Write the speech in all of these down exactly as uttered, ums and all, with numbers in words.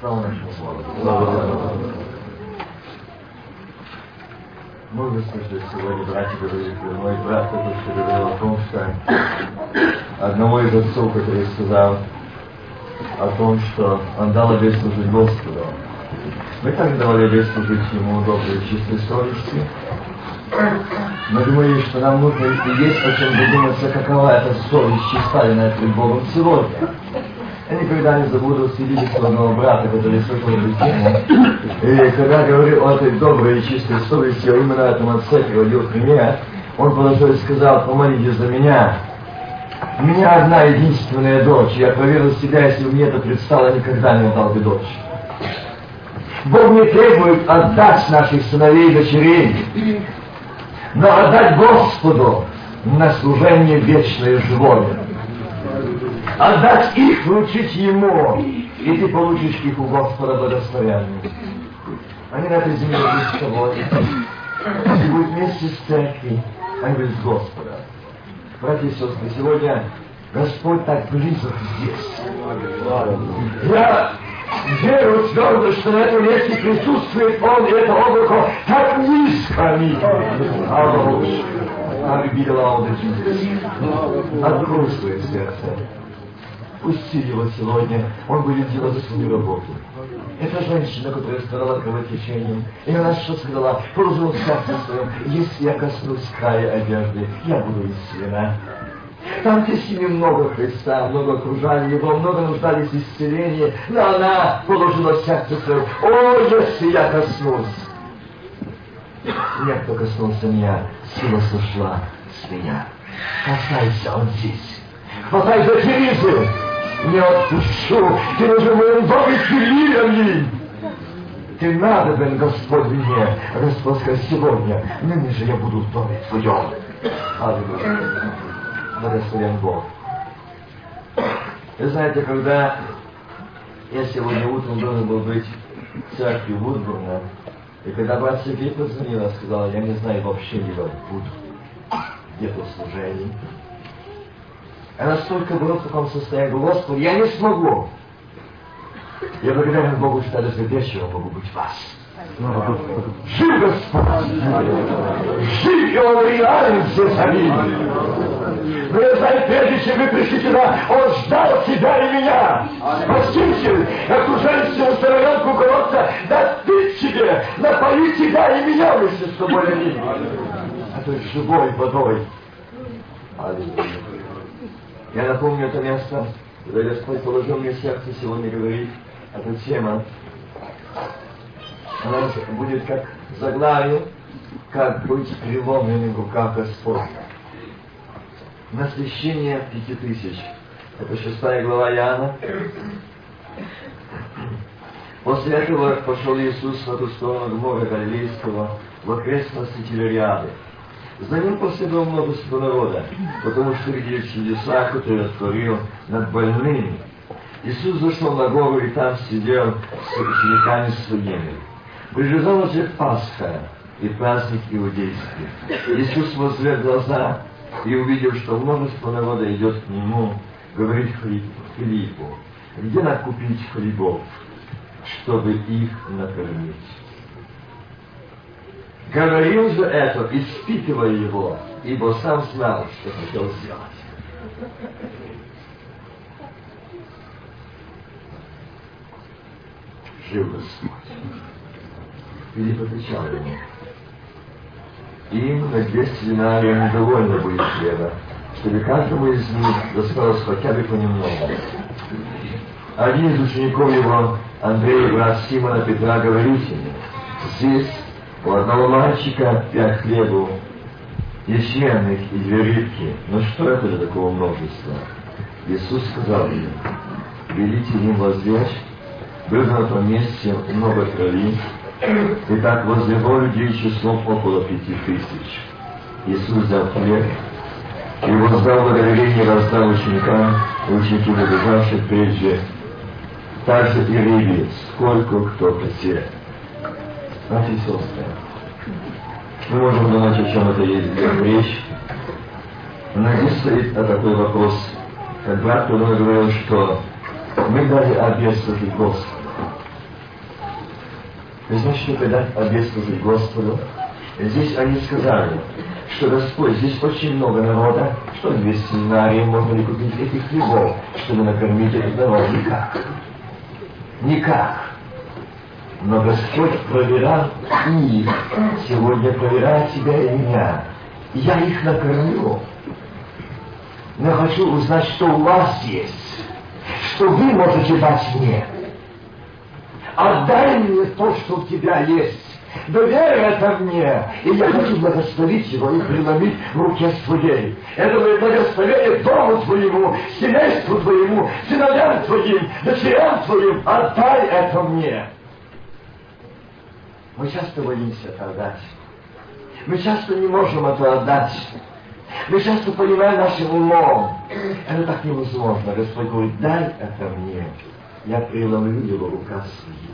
Слава нашему Богу. Мы выслушали сегодня, братья, говорили, мой брат только что говорил о том, что одного из отцов, который сказал о том, что он дал обет служить Господу. Мы также давали обет служить Ему доброй и чистой совести. Мы думали, что нам нужно и есть о чем задуматься, какова эта совесть чистая перед Богом сегодня. Я никогда не забуду свидетельство одного брата, который слышал эту тему. И когда говорил о этой доброй и чистой совести, а именно этом отце приводил пример, он подошел и сказал: помолитесь за меня. У меня одна единственная дочь. Я проверил себя, если бы мне это предстало, никогда не отдал бы дочь. Бог не требует отдать наших сыновей и дочерей, но отдать Господу на служение вечное и живое. Отдать их, вручить Ему, и ты получишь их у Господа благословенные. Они на этой земле будут с тобой. Они будут вместе с церковью, они будут с Господом. Братья и сестры, сегодня Господь так близок здесь. Я верю твердо, что на этом месте присутствует Он, и это облако так низко. Аминь. Открой свое сердце. Пусти его сегодня, он будет делать свою работу. Это женщина, которая страдала кровотечением, и она что сказала: положила в сердце своем, если я коснусь края одежды, я буду исцелена. Там в семье много Христа, много окружали его, много нуждались в исцелении, но она положила в сердце свое: о, если я коснусь. Нет, кто коснулся меня, сила сошла с меня. Касайся, он здесь. Хватай за черезы. Не отпущу. Ты нужен в моем доме филиями. Ты надобен, Господь, мне. Господь сказал: сегодня, ныне же я буду в доме твоем. Аллилуйя. Благословен Бог. Вы знаете, когда я сегодня утром должен был быть в церкви Вудбурна, и когда брат Сергей позвонила, сказала: я не знаю вообще, где я буду, где-то в служении. Я настолько был в таком состоянии: Господи, я не смогу. Я благодарен Богу, что даже вечером могу быть в вас. Жив Господь! Жив, и Он реален здесь, аминь. Вы знаете, прежде чем вы пришли сюда, Он ждал тебя и меня. Спаситель, окружающему сторонку колодца, напить тебе, напоить тебя и меня вместе с тобой, аминь. А то есть живой водой. Аллилуйя. Я напомню это место, когда Господь положил мне в сердце сегодня говорить, эта тема. Она будет как заглавие, как быть преломленным в руках Господня. Насыщение пяти тысяч. Это шестая глава Иоанна. После этого пошел Иисус в эту сторону моря Галилейского, в окрестности Тивериады. За ним последовало множество народа, потому что видели чудеса, которые творил над больными. Иисус зашел на гору и там сидел с учениками своими. Приближала же Пасха и праздник иудейский. Иисус возвел глаза и увидел, что множество народа идет к Нему, говорит Филиппу: где нам купить хлебов, чтобы их накормить? Говорил же это, испытывая его, ибо сам знал, что хотел сделать. Жив Господь. Филипп отвечал ему: им на двести динарий недовольно будет хлеба, чтобы каждому из них досталось хотя бы понемногу. Один из учеников его, Андрей, брат Симона Петра, говорит ему: здесь у одного мальчика пять хлебов, ячменных и две рыбки. Но что это для такого множества? Иисус сказал ему: велите им возлечь. Было на том месте много крови, и так возле его людей числом около пяти тысяч. Иисус взял хлеб и воздал благодарение, раздал ученикам, и ученики, выбежавшие прежде, также и рыбе, сколько кто хотел. Братья и сестры, мы можем думать, о чем это есть речь, но здесь стоит такой вопрос, как брат Петр говорил, что мы дали обет служить Господу. Вы знаете, что когда обед служить Господу, здесь они сказали, что Господь, здесь очень много народа, что двести динариев можно ли купить этих хлебов, чтобы накормить этот народ? Никак. Никак. Но Господь проверял их, сегодня проверяет тебя и меня. Я их накормлю. Но я хочу узнать, что у вас есть, что вы можете дать мне. Отдай мне то, что у тебя есть. Доверь это мне, и я хочу благословить его и преломить в руке своей. Это будет благословение дому твоему, семейству твоему, сыновьям твоим, дочерям твоим. Отдай это мне. Мы часто боимся это отдать. Мы часто не можем это отдать. Мы часто понимаем нашим умом. Это так невозможно. Господь говорит, дай это мне. Я преломлю его в руках своих.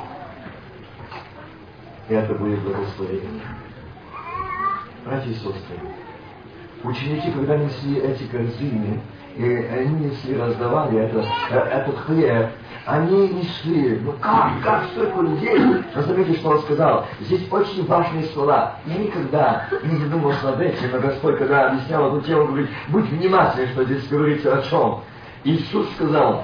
И это будет благословение. Братья и сестры, ученики, когда несли эти корзины, и они несли, раздавали это, этот хлеб, они несли, ну как, как столько людей? Но заметьте, что он сказал, здесь очень важные слова. Я никогда не задумывался над этим, но Господь, когда объяснял эту тему, говорит, будь внимательны, что здесь говорится о чем. Иисус сказал,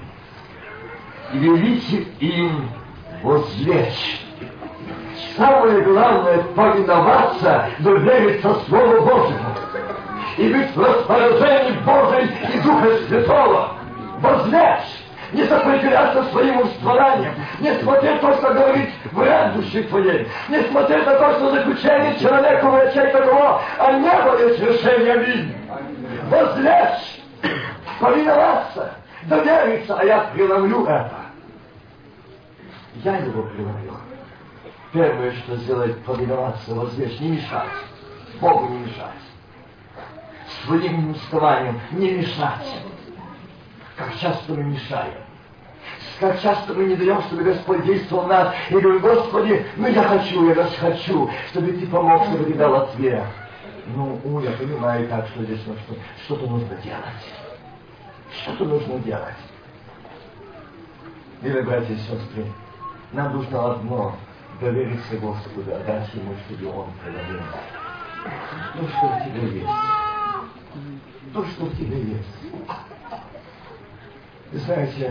велите им возлечь. Самое главное — повиноваться, довериться Слову Божьему и быть в распоряжении Божьей и Духа Святого. Возлечь, не сопротивляться своим устроениям, не смотреть то, что говорит враг души твоей, не смотреть на то, что заключение человека врачей такого, а не будет решения. Аминь. Возлечь, повиноваться, довериться, а я преломлю это. Я его преломлю. Первое, что сделать, повиноваться, возлечь, не мешать. Богу не мешать. Своим уставанием не мешать. Как часто мы мешаем. Как часто мы не даем, чтобы Господь действовал в нас. И говорим, Господи, ну я хочу, я раз хочу, чтобы Ты помог, чтобы Ты дал ответ. Ну, у, я понимаю так, что здесь ну, что, что-то нужно делать. Что-то нужно делать. Милые братья и сестры, нам нужно одно — довериться Господу, отдать Ему, чтобы Он преломил. То, что у тебя есть. То, что у тебя есть. Вы знаете,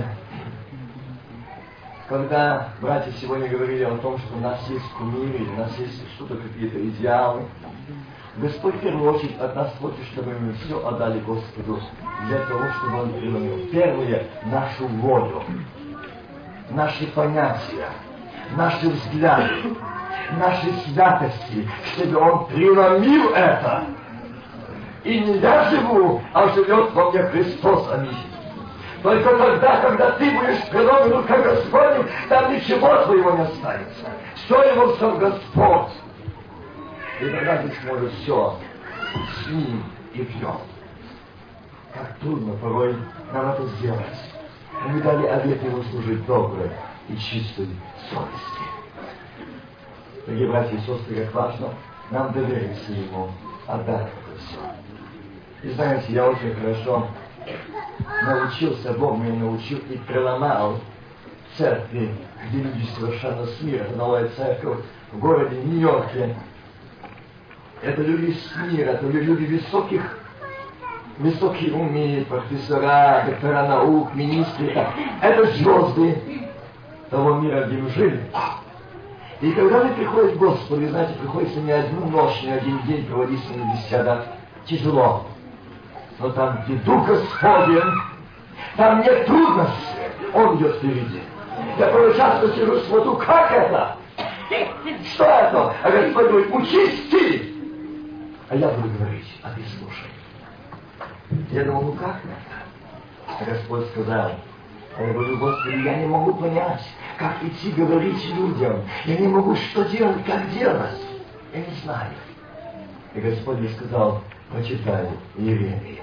когда братья сегодня говорили о том, что у нас есть кумиры, у нас есть что-то, какие-то идеалы, Господь в первую очередь от нас хочет, чтобы мы все отдали Господу для того, чтобы Он преломил. Первое — нашу волю, наши понятия, наши взгляды, наши святости, чтобы Он преломил это. И не я живу, а живет во мне Христос. Аминь. Только тогда, когда ты будешь преломлен рукой Господним, там ничего твоего не останется. Все его взял Господь. И тогда ты сможешь все с Ним и в Нем. Как трудно порой нам это сделать. Мы дали обет Ему служить доброй и чистой совести. Дорогие братья и сестры, как важно нам довериться Ему, отдать это все. И знаете, я очень хорошо научился, Бог меня научил и преломал в церкви, где люди совершенно с мира. Это новая церковь в городе Нью-Йорке. Это люди с мира, это люди высоких, высокие умы, профессора, доктора наук, министры. Это звезды того мира, где мы жили. И когда мы приходим к Господу, знаете, приходится не одну ночь, не один день проводить с ними беседа. Тяжело. Но там, где Дух Господень, там нет трудностей. Он идет впереди. Я порой часто сижу, смотрю, как это? Что это? А Господь говорит, учись ты. А я буду говорить, а ты слушай. Я думал, ну как это? А Господь сказал, а я говорю, Господи, я не могу понять, как идти говорить людям. Я не могу, что делать, как делать. Я не знаю. И Господь мне сказал, прочитай Иеремию,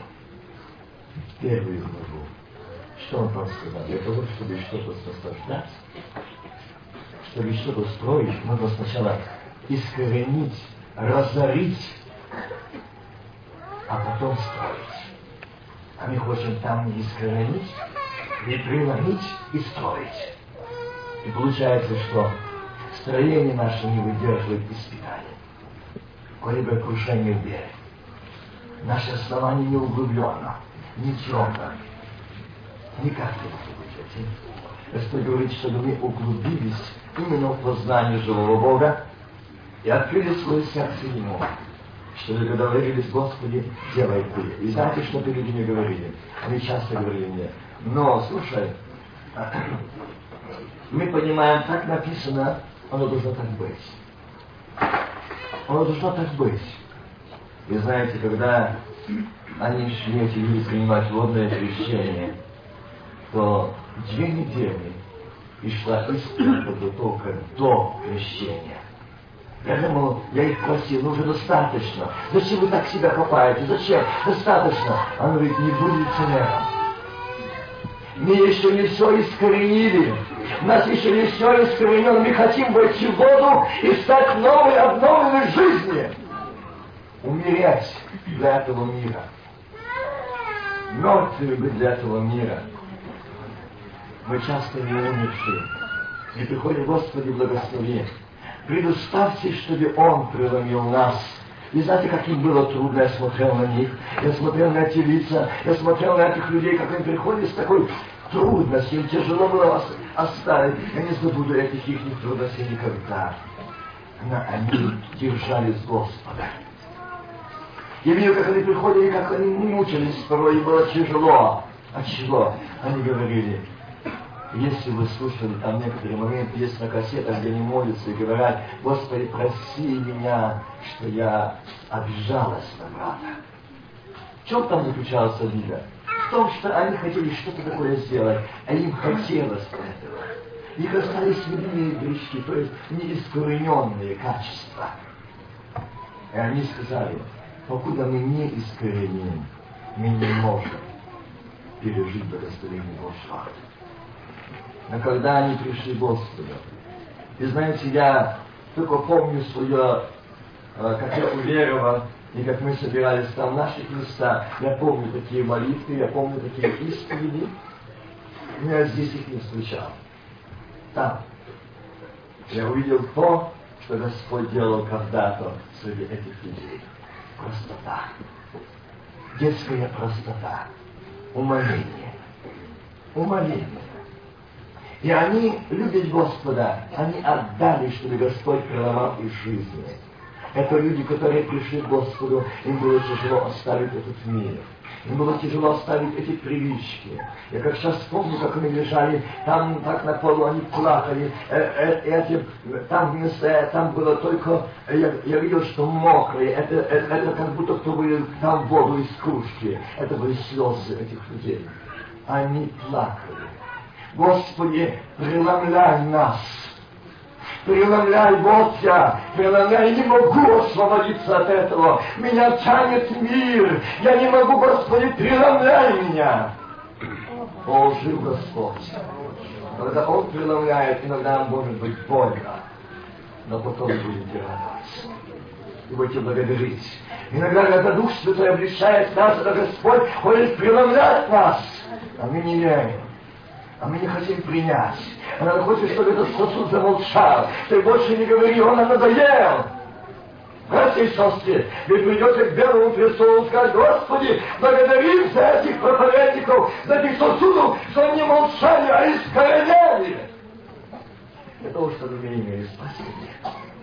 первую главу. Что он там сказал? Для того, чтобы что-то наслаждаться, чтобы что-то строить, надо сначала искоренить, разорить, а потом строить. А мы хотим там не искоренить, не преломить и строить. И получается, что строение наше не выдерживает испытания. Коли бы крушение в вере. Наше основание не углублено, не темно. Никак не может быть. Господь говорит, чтобы мы углубились именно в познание живого Бога и открыли свое сердце Ему. Чтобы когда говорились, Господи, делай Ты. И знаете, что Ты люди не говорили? Они часто говорили мне, но, слушай, мы понимаем, так написано, оно должно так быть. Оно должно так быть. И знаете, когда они шли, эти люди, принимать водное крещение, то две недели и шла истинная подготовка до крещения. Я думал, я их просил, ну уже достаточно. Зачем вы так себя копаете? Зачем? Достаточно. Он говорит, не будь лицемером. Мы еще не все искоренили. Нас еще не все искоренено. Мы хотим войти в воду и стать новой, обновленной жизни. Умереть для этого мира. Мертвые быть для этого мира. Мы часто не умершие. И приходим, Господи, благослови. Предоставьте, чтобы Он преломил нас. И знаете, как им было трудно, я смотрел на них, я смотрел на эти лица, я смотрел на этих людей, как они приходят с такой трудностью, им тяжело было вас оставить. Я не забуду этих их трудностей никогда. Но они держались Господа. Я видел, как они приходили, как они мучились порой, и было тяжело. От чего? Они говорили, если вы слушали, там некоторые моменты есть на кассетах, где они молятся и говорят, Господи, проси меня, что я обижалась на брата. В чем там заключалась обида? В том, что они хотели что-то такое сделать, а им хотелось этого. Их остались любимые грешки, то есть неискорененные качества. И они сказали, покуда мы не искореним, мы не можем пережить благословение Божьего. Но когда они пришли к Господу, и знаете, я только помню свое, как я уверовал, и как мы собирались там в наших местах, я помню такие молитвы, я помню такие исповеди, но я здесь их не встречал. Там я увидел то, что Господь делал когда-то среди этих людей. Простота. Детская простота. Умоление. Умоление. И они, любят Господа, они отдали, чтобы Господь преломал их жизни. Это люди, которые пришли к Господу, им было тяжело оставить этот мир. Им было тяжело оставить эти привычки. Я как сейчас помню, как они лежали там, так на полу, они плакали. Э, э, эти, там вместо, там было только, я, я видел, что мокрые. Это, это, это как будто кто вылил там воду из кружки. Это были слезы этих людей. Они плакали. Господи, преломляй нас. Преломляй, вот я, преломляй, не могу освободиться от этого. Меня тянет мир. Я не могу, Господи, преломляй меня. О, жив Господь. Когда Он преломляет, иногда нам может быть больно. Но потом будете радоваться. И будете благодарить. Иногда, когда Дух Святой обличает нас, это Господь хочет преломлять нас. А мы не верим. А мы не хотим принять. Она хочет, чтобы этот сосуд замолчал. Ты больше не говори, он нам надоел. Братья и сестры, вы придете к Белому престолу и скажете, Господи, благодарим за этих проповедников, за этих сосудов, что они молчали, а искореняли. Для того, чтобы мы имели спасение.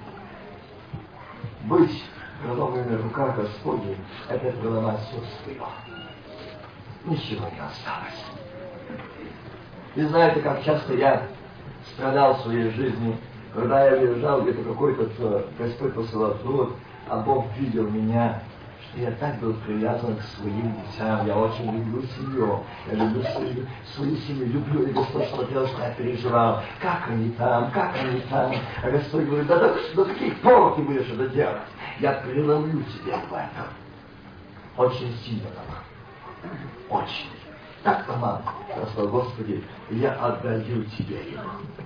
Быть преломленной в руках Господней, это преломать все свое. Ничего не осталось. И знаете, как часто я страдал в своей жизни, когда я выезжал где-то какой-то, Господь посылал труд, а Бог видел меня, что я так был привязан к своим детям. Я очень люблю семью, я люблю свою, свою семью, люблю, и Господь смотрел, что я переживал, как они там, как они там. А Господь говорит, да до, до каких пор ты будешь это делать? Я преломлю тебя в этом. Очень сильно там. Очень. Так, Таман, я сказал, Господи, я отдаю Тебе его.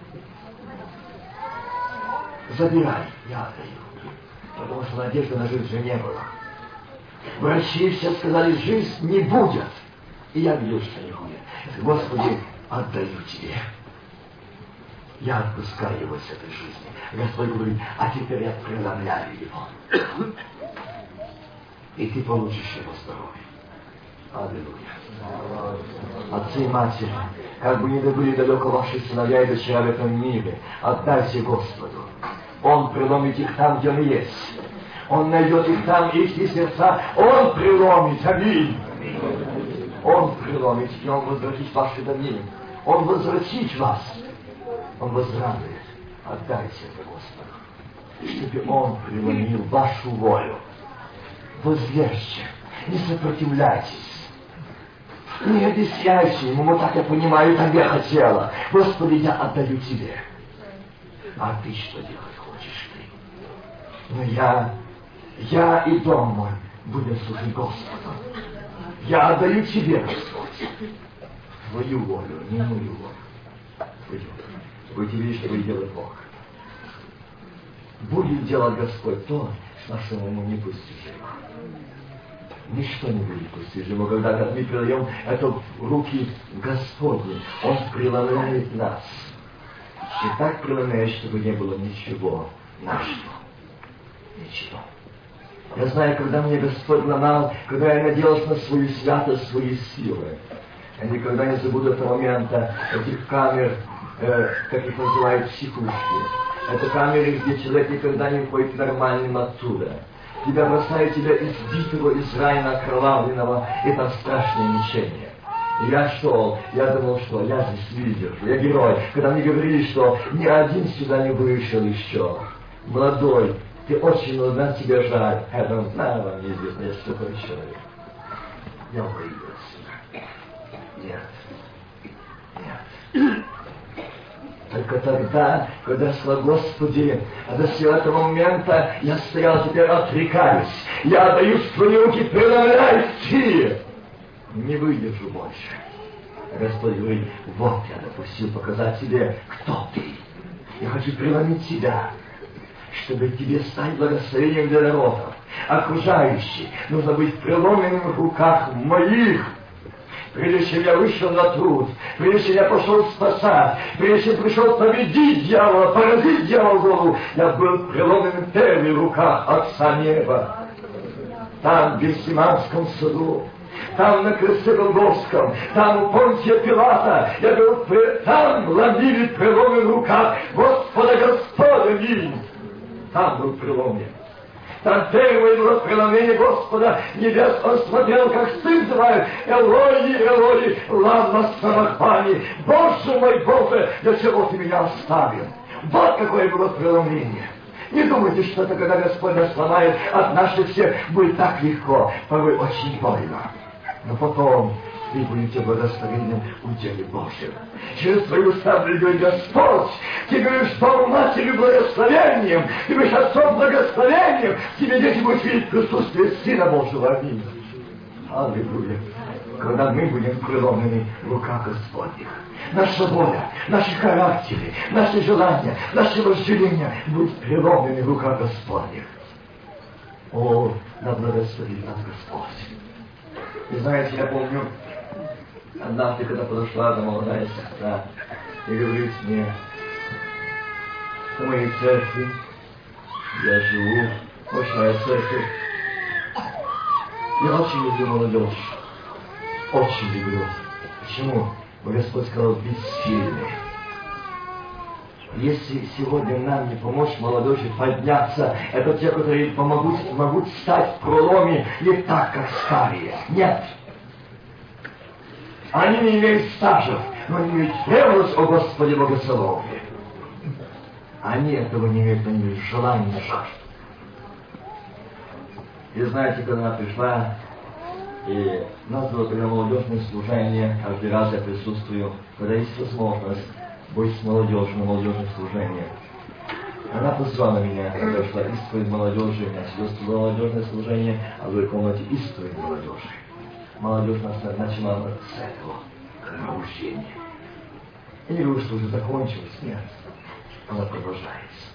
Забирай, я отдаю. Потому что надежды на жизнь уже не было. Врачи все сказали, жизнь не будет. И я видел, что не будет. Господи, отдаю Тебе. я отпускаю его с этой жизни. Господь говорит, а теперь я преломляю его. И ты получишь его здоровье. Аллилуйя. Отцы и матери, как бы ни были далеко ваши сыновья и дочеря в этом мире, отдайте Господу. Он преломит их там, где он есть. Он найдет их там, их сердца. Он преломит. Аминь. Он преломит, и Он возвратит ваши домины. Он возвратит вас. Он возрадует. Отдайте это Господу, чтобы Он преломил вашу волю. Возлежьте, не сопротивляйтесь. Не объясняйте ему, вот так я понимаю, так я хотела. Господи, я отдаю тебе. А ты что делать хочешь ты? Но я, я и дом мой будем служить Господу. Я отдаю тебе, Господь, твою волю, не мою волю. Твою. Будете видеть, что будет делать Бог. Будет делать Господь то, что нашему уму не постижимо. Ничто не будет постижимо, когда мы передаем это в руки Господни. Он преломляет нас. И так преломляет, чтобы не было ничего нашего. Ничего. Я знаю, когда мне Господь ломал, когда я надеялся на свою святость, свои силы. Я никогда не забуду этого момента, этих камер, э, как их называют, психушки. Это камеры, где человек никогда не уходит нормальным оттуда. Тебя бросают тебя избитого, израненного, окровавленного. Это страшное мучение. И я шел, я думал, что я здесь выдержу, я герой. Когда мне говорили, что ни один сюда не вышел еще. Молодой, ты очень молодой, тебе жаль. Я думаю, знаю, вам неизвестно, я такой человек. Я выиграл сюда. Нет. Нет. Только тогда, когда сказал, Господи, а до сего этого момента я стоял, теперь отрекаюсь. Я отдаю в твои руки, преломляй ты. Не выдержу больше. А Господь говорит, вот я допустил показать тебе, кто ты. Я хочу преломить тебя, чтобы тебе стать благословением для народов. Окружающих нужно быть преломленным в руках моих. Прежде чем я вышел на труд, прежде чем я пошел спасать, прежде чем пришел победить дьявола, поразить дьявола голову, я был преломлен первый в руках Отца Неба. Там, в Гефсиманском саду, там на кресте Голгофском, там у Понтия Пилата, я был, там ломили преломлен в руках Господа Господа миль. Там был преломлен. Там первое было преломление Господа небес. Он смотрел, как сын называют, Элои, Элои, лама самахпани. Боже мой, Боже, для чего ты меня оставил? Вот какое было преломление. Не думайте, что это, когда Господь нас сломает от наших всех, будет так легко, порой очень больно. Но потом вы будете благословением в деле Божьем. Через твою уста придет Господь. Ты говоришь, что матерью благословением, ты говоришь, отцом благословением. Тебе дети будут видеть присутствие Сына Божьего. Аминь. Аллилуйя. Когда мы будем преломлены в руках Господних. Наша воля, наши характеры, наши желания, наши вожделения будут преломлены в руках Господних. О, да благословит нас Господь. И знаете, я помню, однажды, когда подошла одна молодая сестра и говорит мне, в моей церкви я живу, большая церковь, я очень люблю молодежь, очень люблю. Почему? Бо Господь сказал, быть сильным. Если сегодня нам не помочь молодежи подняться, это те, которые помогут, могут стать в проломе не так, как старые. Нет. Они не имеют стажев, но они имеют ревность о Господе Богословии. Они этого не имеют, они имеют желание, жажду. И знаете, когда она пришла, и у нас было тогда молодежное служение, каждый раз я присутствую, когда есть возможность быть с молодежью на молодежных служениях. Она позвала меня, когда шла исповедь молодежи, у меня всегда было молодежное служение, а в другой комнате исповедь молодежи. Молодежь начала с этого пробуждения. Я не говорю, что уже закончилось, нет. Она продолжается.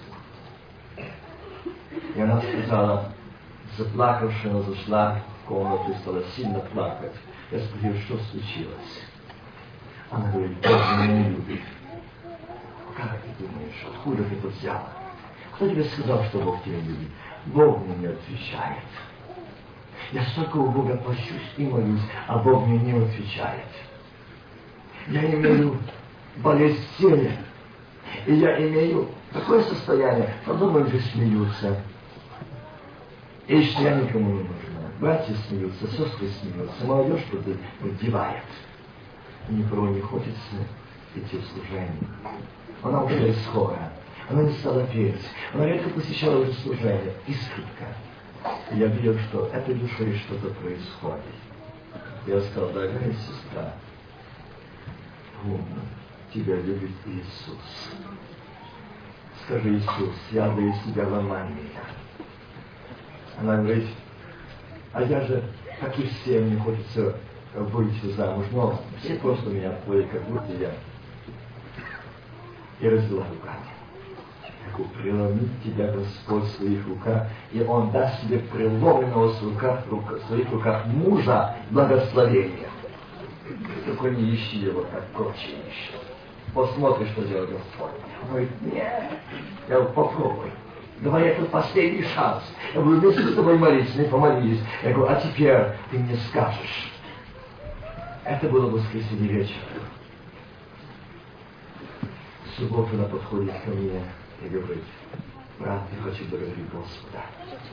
И она сказала, заплакавши, она зашла в комнату и стала сильно плакать. Я спросил, что случилось. Она говорит, Бог меня не любит. Как ты думаешь, откуда ты это взял? Кто тебе сказал, что Бог тебя любит? Бог мне не отвечает. Я столько у Бога пощусь и молюсь, а Бог мне не отвечает. Я имею болезнь в теле, и я имею такое состояние, подумай, же смеются. И что я никому не нужна. Братья смеются, сестры смеются, молодежь поддевает. И никого не хочется идти в служение. Она ушла из хора, она не стала петь, она редко посещала это служение, изредка. И я видел, что этой душой что-то происходит. Я сказал: дорогая сестра, помни, тебя любит Иисус. Скажи: Иисус, я отдаю себя в меня. Она говорит: а я же, как и все, мне хочется выйти замуж, но все просто меня обходят, как будто я. И развела руками. Я говорю: преломит тебя Господь в своих руках, и Он даст тебе преломленного в, руках, в своих руках мужа благословения. Только не ищи его, как прочие ищут. Посмотри, что делает Господь. Он говорит: нет. Я говорю: попробуй. Давай, это последний шанс. Я говорю: вместе с тобой молись, мы помолились. Я говорю: а теперь ты мне скажешь. Это было воскресенье вечером. В субботу она подходит ко мне и говорит: брат, я хочу благодарить Господа.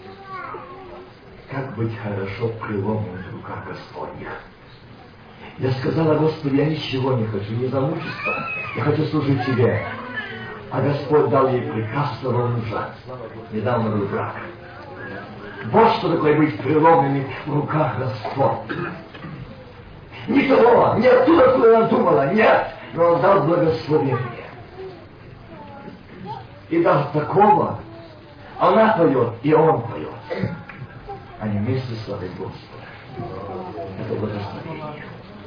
Как быть хорошо преломленным в руках Господних. Я сказала: Господи, я ничего не хочу, не замучиться. Я хочу служить Тебе. А Господь дал ей прекрасного мужа. Недавно был брак. Вот что такое быть преломленным в руках Господних. Не того, не оттуда, куда она думала, нет. Но Он дал благословение. И дал такого, она поет, и он поет. Они вместе славят Господа. Это благословение.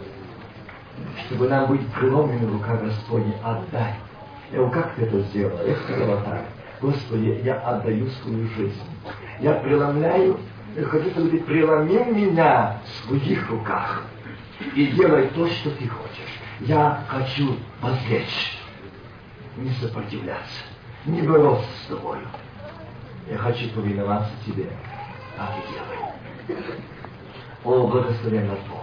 Чтобы нам быть преломленными в руках Господней, отдай. Я говорю: как ты это сделала? Я сказала так: Господи, я отдаю свою жизнь. Я преломляю, я хочу, чтобы ты преломил меня в своих руках. И делай то, что ты хочешь. Я хочу возлечь, не сопротивляться, не бороться с тобою. Я хочу повиноваться тебе, а ты делай. О, благословенный Бог.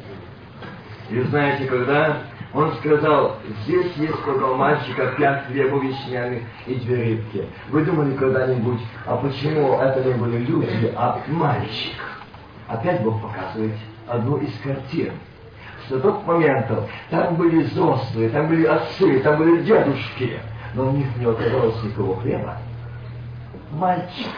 И знаете, когда Он сказал: здесь есть около мальчика пять хлебов ячменных и две рыбки. Вы думали когда-нибудь, а почему это не были люди, а мальчик? Опять Бог показывает одну из картин. С тот момента там были взрослые, там были отцы, там были дедушки, но у них не оказалось никакого хлеба. Мальчик.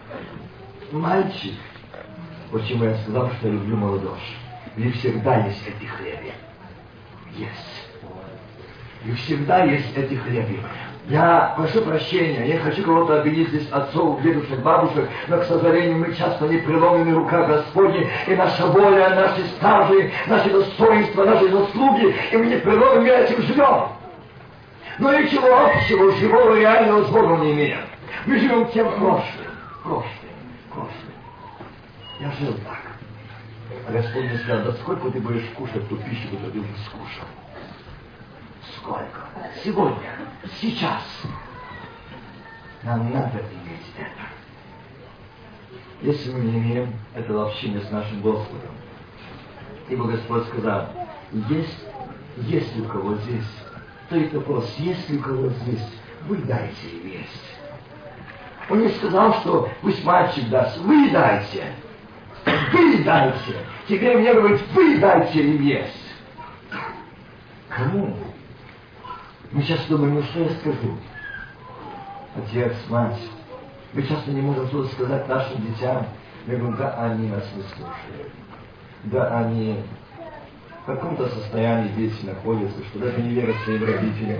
Мальчик. Почему я сказал, что я люблю молодежь? И всегда есть эти хлеби. Есть. И всегда есть эти хлеби. Я прошу прощения, я хочу кого-то обвинить здесь, отцов, дедушек, бабушек, но, к сожалению, мы часто не преломлены в руках Господней, и наша воля, наши стажи, наши достоинства, наши заслуги, и мы не преломлены, мы этим живем. Но ничего общего, живого, реального с Богом не имеем. Мы живем тем прошлым, прошлым, прошлым. Я жил так. А Господь мне сказал: да сколько ты будешь кушать ту пищу, которую ты уже скушал? Сколько? Сегодня, сейчас. Нам надо иметь это. Если мы не имеем этого общения с нашим Господом, ибо Господь сказал: есть, есть ли у кого здесь, то и вопрос: есть ли у кого здесь, вы дайте им есть. Он не сказал, что пусть мальчик даст, вы дайте. Вы дайте. Теперь мне говорит: вы дайте им есть. Кому? Мы сейчас думаем: ну что я скажу? Отец, мать, мы часто не можем что-то сказать нашим детям. Я говорю: да, они нас не слушают. Да, они в каком-то состоянии дети находятся, что даже не верят своим родителям.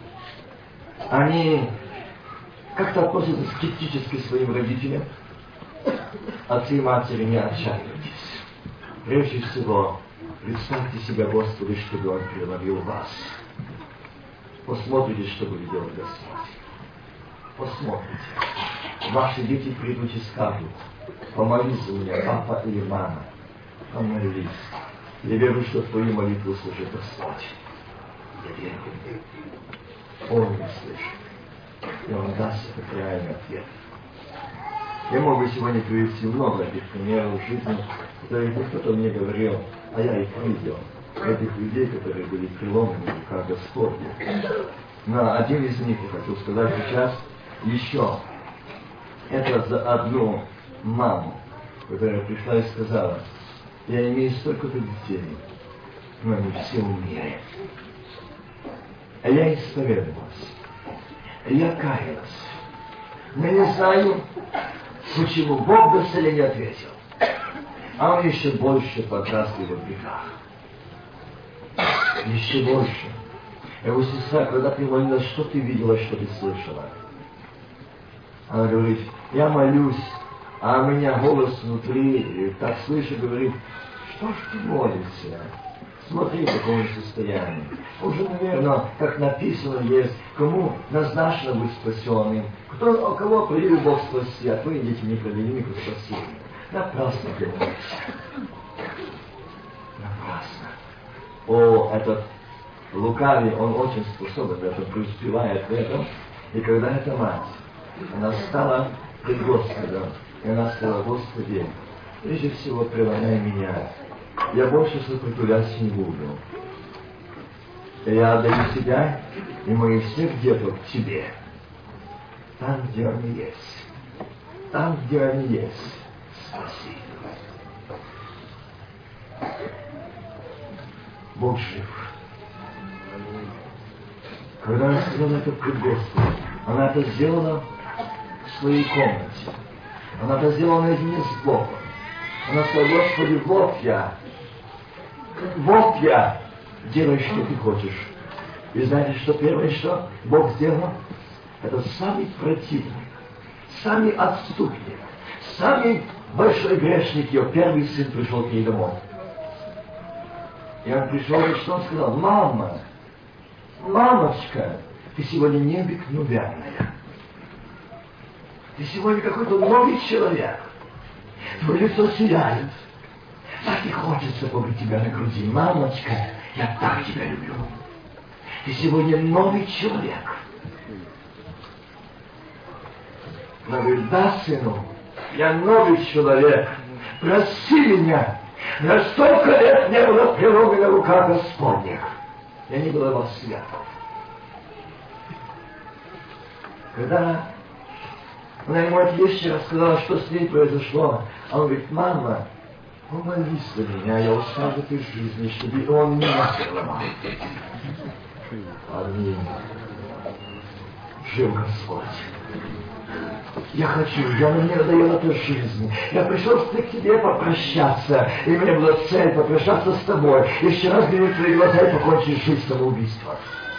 Они как-то относятся скептически к своим родителям. Отцы и матери, не отчаивайтесь. Прежде всего, представьте себя Господу, чтобы Он преломил вас. Посмотрите, что будет делать Господь. Посмотрите. Ваши дети придут и скажут: помолись за меня, папа или мама. Помолись. Я верю, что твою молитву служит Господь. Я верю. Он не слышит. И Он даст этот реальный ответ. Я мог бы сегодня привести много этих примеров в жизни, которые кто-то мне говорил, а я их видел. Этих людей, которые были преломлены в руках Господня. Но один из них я хочу сказать сейчас еще. Это за одну маму, которая пришла и сказала: я имею столько-то детей, но они все умерли. А я исповедовалась, я каялась, но не знаю, почему Бог до цели не ответил. А он еще больше подрастил в грехах. Еще больше. Его сестра, когда ты молилась, что ты видела, что ты слышала? Она говорит: я молюсь, а у меня голос внутри, и так слышу, говорит: что ж ты молишься? Смотри, в каком состоянии. Уже, наверное, как написано есть, кому назначено быть спасенным, кто, у кого привил Бог спасти, а твои дети не провели к спасению. Напрасно ты молишься. Напрасно. О, этот лукавый, он очень способен в этом, преуспевает в этом. И когда эта мать, она стала пред Господом, и она сказала: Господи, прежде всего преломляй меня. Я больше сопротивляться не буду. Я отдаю себя и моих всех деток Тебе. Там, где они есть. Там, где они есть. Спаси. Бог жив. Когда она сказала это пред Господом, она это сделала в своей комнате. Она это сделала наедине с Богом. Она сказала: Господи, вот я. Вот я. Делай, что ты хочешь. И знаете, что первое, что Бог сделал? Это самый противник, самый отступник, самый большой грешник, ее первый сын пришел к ней домой. И он пришел, и что он сказал? Мама, мамочка, ты сегодня необыкновенная. Ты сегодня какой-то новый человек. Твое лицо сияет. Так и хочется побыть тебя на груди. Мамочка, я так тебя люблю. Ты сегодня новый человек. Она говорит: да, сыну, я новый человек. Прости меня. Я столько лет не было преломлена рука Господних. Я не была во святом. Когда она ему это еще раз сказала, что с ней произошло, а он говорит: мама, помолись за меня, я устал в этой жизни, чтобы он меня преломал. Аминь. Жив Господь. Я хочу, я мне надоела эта жизнь. Я пришел к тебе попрощаться, и у меня была цель попрощаться с тобой, еще раз глянуть в твои глаза и покончить жизнь самоубийством.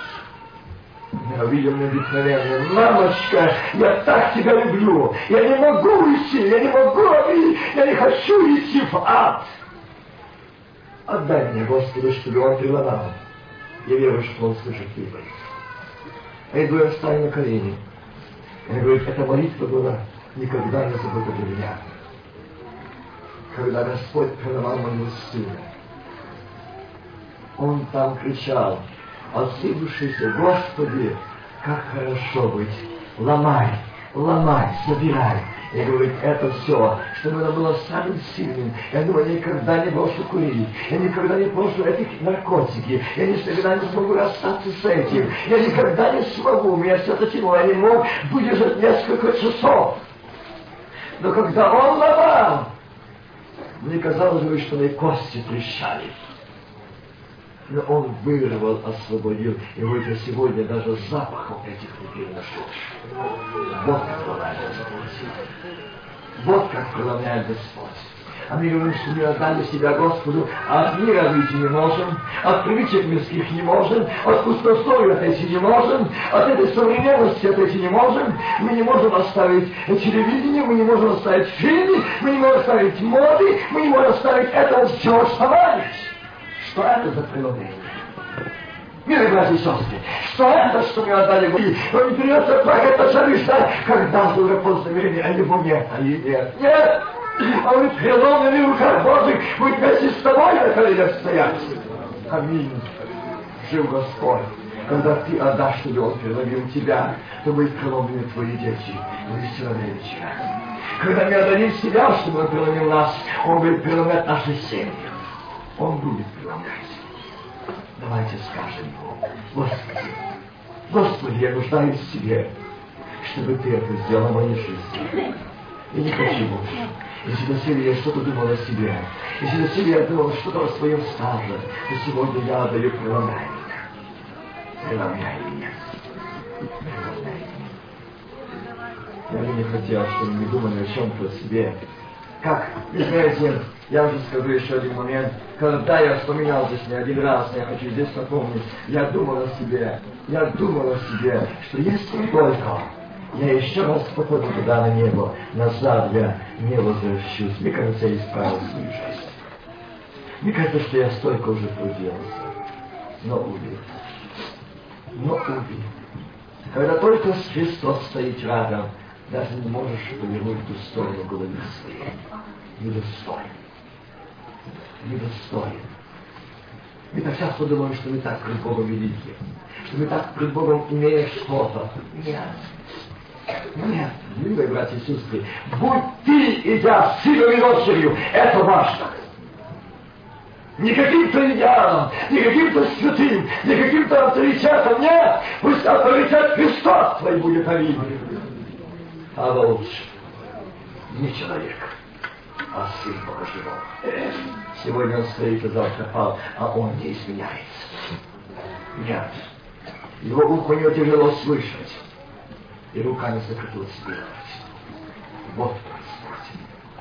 Я увидел необыкновенное: мамочка, я так тебя люблю, я не могу идти, я не могу, я не хочу идти в ад. Отдай мне, Господи, чтобы он преломал. Я верю, что он слышит тебя. Я иду, я встаю на колени. Он говорит: эта молитва была никогда не забыта для меня. Когда Господь преломал моего сына, он там кричал от всей души: Господи, как хорошо быть, ломай, ломай, собирай. И говорит: это все, чтобы оно было самым сильным. Я думаю, я никогда не брошу курить, я никогда не брошу этих наркотики, я никогда не смогу расстаться с этим, я никогда не смогу, меня все затянуло, я не мог выдержать несколько часов. Но когда он ломал, мне казалось, что мои кости трещали. Но он вырвал, освободил. И вот я сегодня даже запахом этих людей ношу. Вот как преломляет Господь. Вот как преломляет Господь. А мы говорим, что мы отдали себя Господу, а от мира выйти не можем, от привычек мирских не можем, от пустословия отойти не можем, от этой современности отойти не можем. Мы не можем оставить телевидение, мы не можем оставить фильмы, мы не можем оставить моды, мы не можем оставить этого всего, что товарищ. Что это за преломление? Милые братья и сестры, что это, что мы отдали Богу? Но не придется плакать на шары ждать, когда же уже после времени, а его нет, а его нет. Нет! А вы преломлены в руках Божьих, будь вместе с тобой на коленях стоять. Аминь. Жив Господь. Когда ты отдашь, чтобы Он преломил тебя, то будут преломлены твои дети, твои сыновья вечера. Когда мы отдадим себя, чтобы Он преломил нас, Он будет преломлять наши семьи. Он будет преломлять. Давайте скажем Ему: Господи, Господи, я нуждаюсь в Тебе, чтобы Ты это сделал в моей жизни. Я не хочу больше. Если доселе я что-то думал о себе, если доселе я думал что-то о своем стаже, то сегодня я отдаю: преломляй меня. Преломляй меня. Преломляй меня. Я бы не хотел, чтобы мы думали о чем-то о себе. Как, вы знаете, я уже скажу еще один момент. Когда я вспоминал здесь не один раз, я хочу здесь напомнить, я думал о себе, я думал о себе, что если только я еще раз попаду туда на небо, назад я не возвращусь. Мне кажется, я исправил свою жизнь. Мне кажется, что я столько уже трудился. Но увы. Но увы. Когда только Христос стоит рядом, даже не можешь повернуть в ту сторону головы своей. Недостоин. Недостоин. Мы так часто думаем, что мы так пред Богом велики, что мы так пред Богом имеем что-то. Нет. Нет, милые братья и сестры, будь ты и я сыном и дочерью, это важно. Не каким-то идеалом, не каким-то святым, не каким-то авторитетом, нет, пусть авторитет Христос твой будет на виду. А лучше не человек, а Сын Бога Живого. Сегодня он стоит, и завтра пал, а он не изменяется. Нет, его ухо не тяжело слышать. И рука не сократилась сделать. Вот Господь.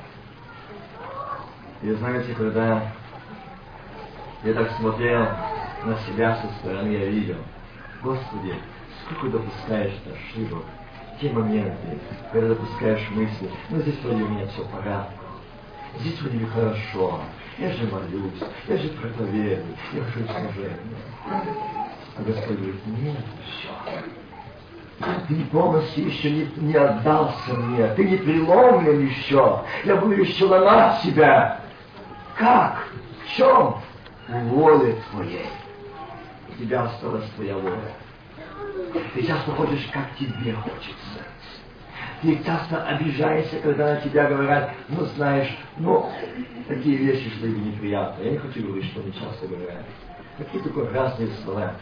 И знаете, когда я так смотрел на себя со стороны, я видел: Господи, сколько допускаешь ошибок, те моменты, когда допускаешь мысли: ну здесь вроде у меня все в порядке, здесь вроде бы хорошо, я же молюсь, я же проповедую, я хожу в служение. А Господь говорит: нет, все. Ты полностью еще не, не отдался мне, ты не преломлен еще, я буду еще ломать себя. Как? В чем? В воле твоей. У тебя осталась твоя воля. Ты часто хочешь, как тебе хочется. Ты часто обижаешься, когда на тебя говорят: ну знаешь, ну, такие вещи, что им неприятно. Я не хочу говорить, что они часто говорят. Какие только разные слова.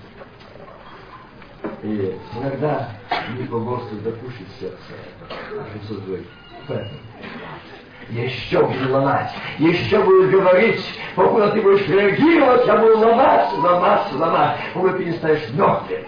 И иногда не по Господу допустит сердце, а Христос говорит: поэтому еще буду ломать, еще буду говорить, покуда ты будешь реагировать, я буду ломать, ломать, ломать, покуда ты не станешь мертвым,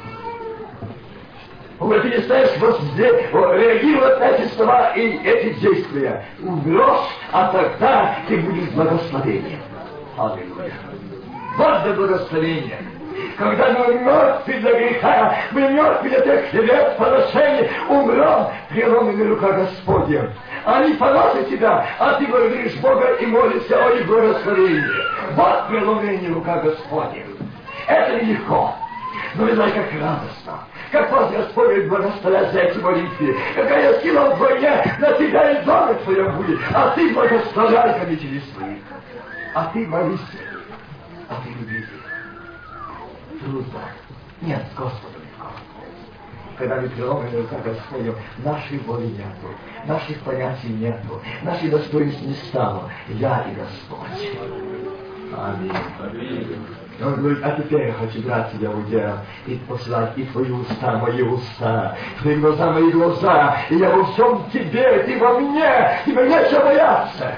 покуда ты не станешь реагировать на эти слова и эти действия. Умрешь, а тогда ты будешь благословением. Аллилуйя. Вот для благословения. Когда мы мертвы для греха, мы мертвы для тех лет поношений, умрем, преломлены рука Господня. Они поносят тебя, а ты благодаришь Бога и молишься о их благословении. Вот преломление рука Господня. Это нелегко, но вы знаете, как радостно. Как вас Господь будет благословлять за эти молитвы. Какая сила вдвойне на тебя и доме твоем будет. А ты благословляй родителей своих. А ты молись, а ты люби их. Трудно. Нет, Господу легко. Когда мы преломлены рука Господню, нашей воли нету, наших понятий нету, наших достоинств не стало. Я и Господь. Аминь. Аминь. Он говорит: а теперь я хочу брать тебя в удел и посылать и твои уста, мои уста, твои глаза, мои глаза, и я во всем тебе, ты во мне, тебе нечего бояться.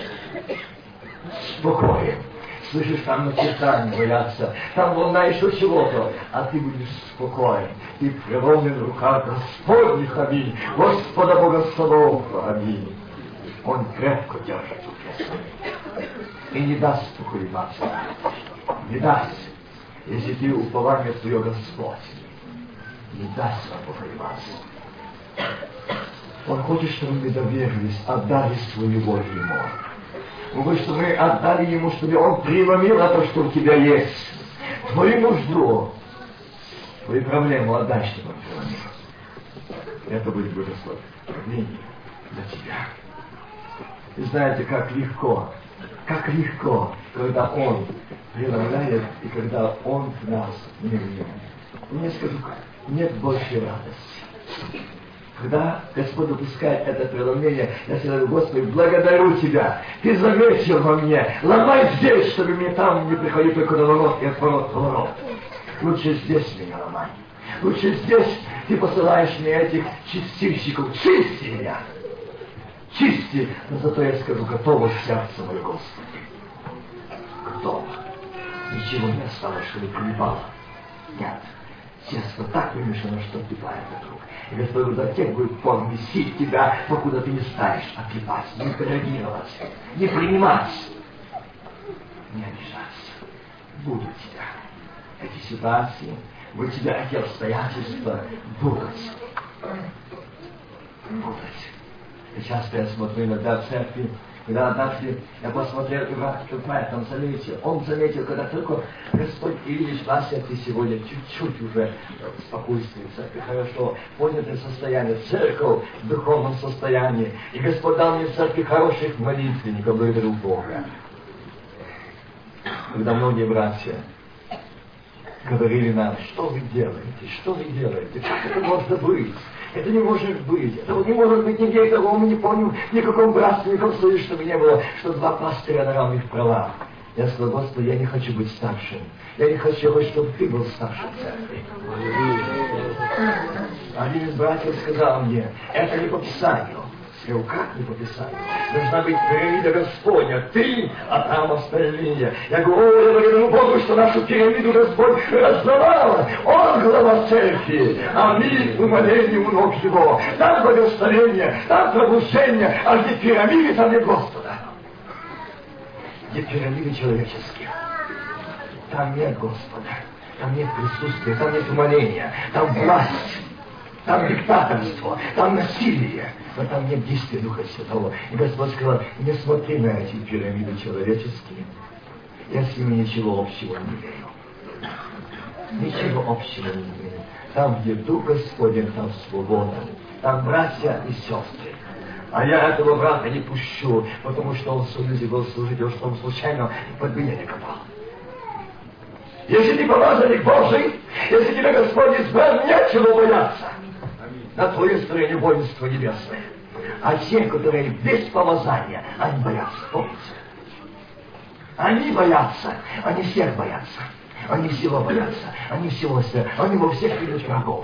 Спокоен. Слышишь, там начертания боятся, там волна еще чего-то, а ты будешь спокоен. Ты преломлен в руках Господних, аминь. Господа Бога Саваоф, аминь. Он крепко держит руки и не даст поколебаться. Не даст, если ты упование твое Господь. Не даст вам поколебаться. Он хочет, чтобы мы доверились, отдали свою волю Ему. Он хочет, чтобы мы отдали Ему, чтобы Он преломил это, что у тебя есть. Твою нужду, твою проблему отдай, чтобы Он преломил. Это будет благословение для тебя. И знаете, как легко, как легко, когда Он преломляет, и когда Он в нас не влияет. И мне скажу, нет большей радости. Когда Господь допускает это преломление, я всегда говорю: Господи, благодарю Тебя, Ты заметил во мне, ломай здесь, чтобы мне там не приходить только на ворот и отворот поворот. Лучше здесь меня ломай. Лучше здесь Ты посылаешь мне этих чистильщиков. Чисти меня. Чисти. Но зато я скажу: готово сердце мое, Господи. Готово. Ничего не осталось, чтобы прилипало. Нет. Тесто так вымешано, что отлипает вокруг. И Господь говорит: до тех будет пор месить тебя, покуда ты не станешь отлипать, не реагировать, не принимать, не обижаться. Будут тебя эти ситуации, будут тебя эти обстоятельства, будут. Будут. И часто я смотрю иногда в церкви, когда однажды я посмотрел, и брат там заметил, он заметил, когда только Господь, и видишь, Вася, ты сегодня чуть-чуть уже спокойствие, церковь хорошо, поднятое состояние, церковь в духовном состоянии, и Господь дал мне в церкви хороших молитвенников, благодарю Бога. Когда многие братья говорили нам: что вы делаете, что вы делаете, как это можно быть? Это не может быть. Этого не может быть нигде, этого мы не помним ни в каком братстве, ни в каком случае, чтобы не было, что два пастыря на равных правах. Я сказал: Господи, я не хочу быть старшим. Я не хочу, я хочу, чтобы Ты был старшим в церкви. Один из братьев сказал мне: это не по Писанию. Я говорю: как не по Писанию? Должна быть пирамида Господня, ты, а там остальные. Я говорю: о, я благодарю Богу, что нашу пирамиду Господь раздавал. Он глава церкви, а мы в умолении у ног Его. Там благословение, там пробуждение, а где пирамиды, там нет Господа. Где пирамиды человеческие, там нет Господа, там нет присутствия, там нет умоления, там власть. Там диктаторство, там насилие, но там нет действия Духа Святого. И Господь сказал: не смотри на эти пирамиды человеческие. Я с ними ничего общего не имею. Ничего общего не имею. Там, где Дух Господень, там свобода. Там братья и сестры. А я этого брата не пущу, потому что он в союзе был служитель, что он случайно под меня не копал. Если ты помазанник Божий, если тебя Господь избрал, нечего бояться. На твоей стороне воинство небесное. А те, которые без помазания, они боятся. Помните? Они боятся. Они всех боятся. Они всего боятся. Они всего себя. Они во всех видят врагов.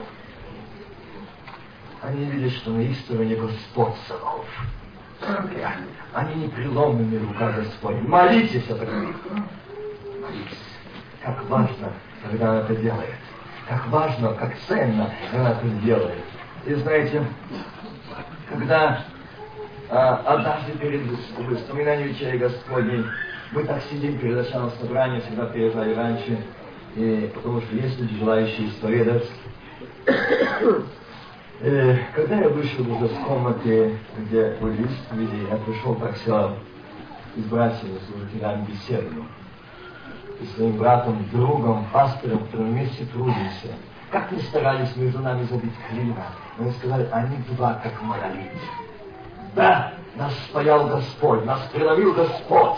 Они видят, что на их стороне Господь Саваоф. Они непреломленные рука Господня. Молитесь о таких. Молитесь. Как важно, когда он это делает. Как важно, как ценно, когда он это делает. И знаете, когда а, однажды перед воспоминанием вечери Господней, мы так сидим перед началом собрания, всегда приезжали раньше, и, потому что есть люди, желающие исповедовать. И, когда я вышел уже в комнате, где были исповеди, я пришел так все с братьями, служителями беседу. И своим братом, другом, пастором, которым вместе трудимся. Как ни старались между нами забить клина, мы сказали: они два, как монолит. Да, нас спаял Господь, нас преломил Господь.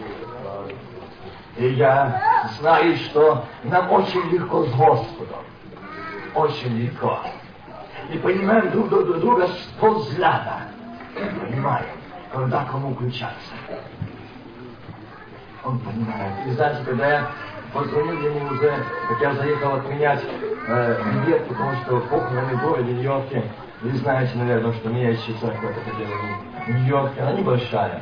И я знаю, что нам очень легко с Господом. Очень легко. И понимаем друг друга с полвзгляда. Понимаем, когда кому включаться. Он понимает. И знаете, когда я позвонил ему уже, как я заехал отменять э, билет, потому что похороны в городе Нью-Йорке, вы знаете, наверное, что меня еще церковь это делала в Нью-Йорке, она небольшая.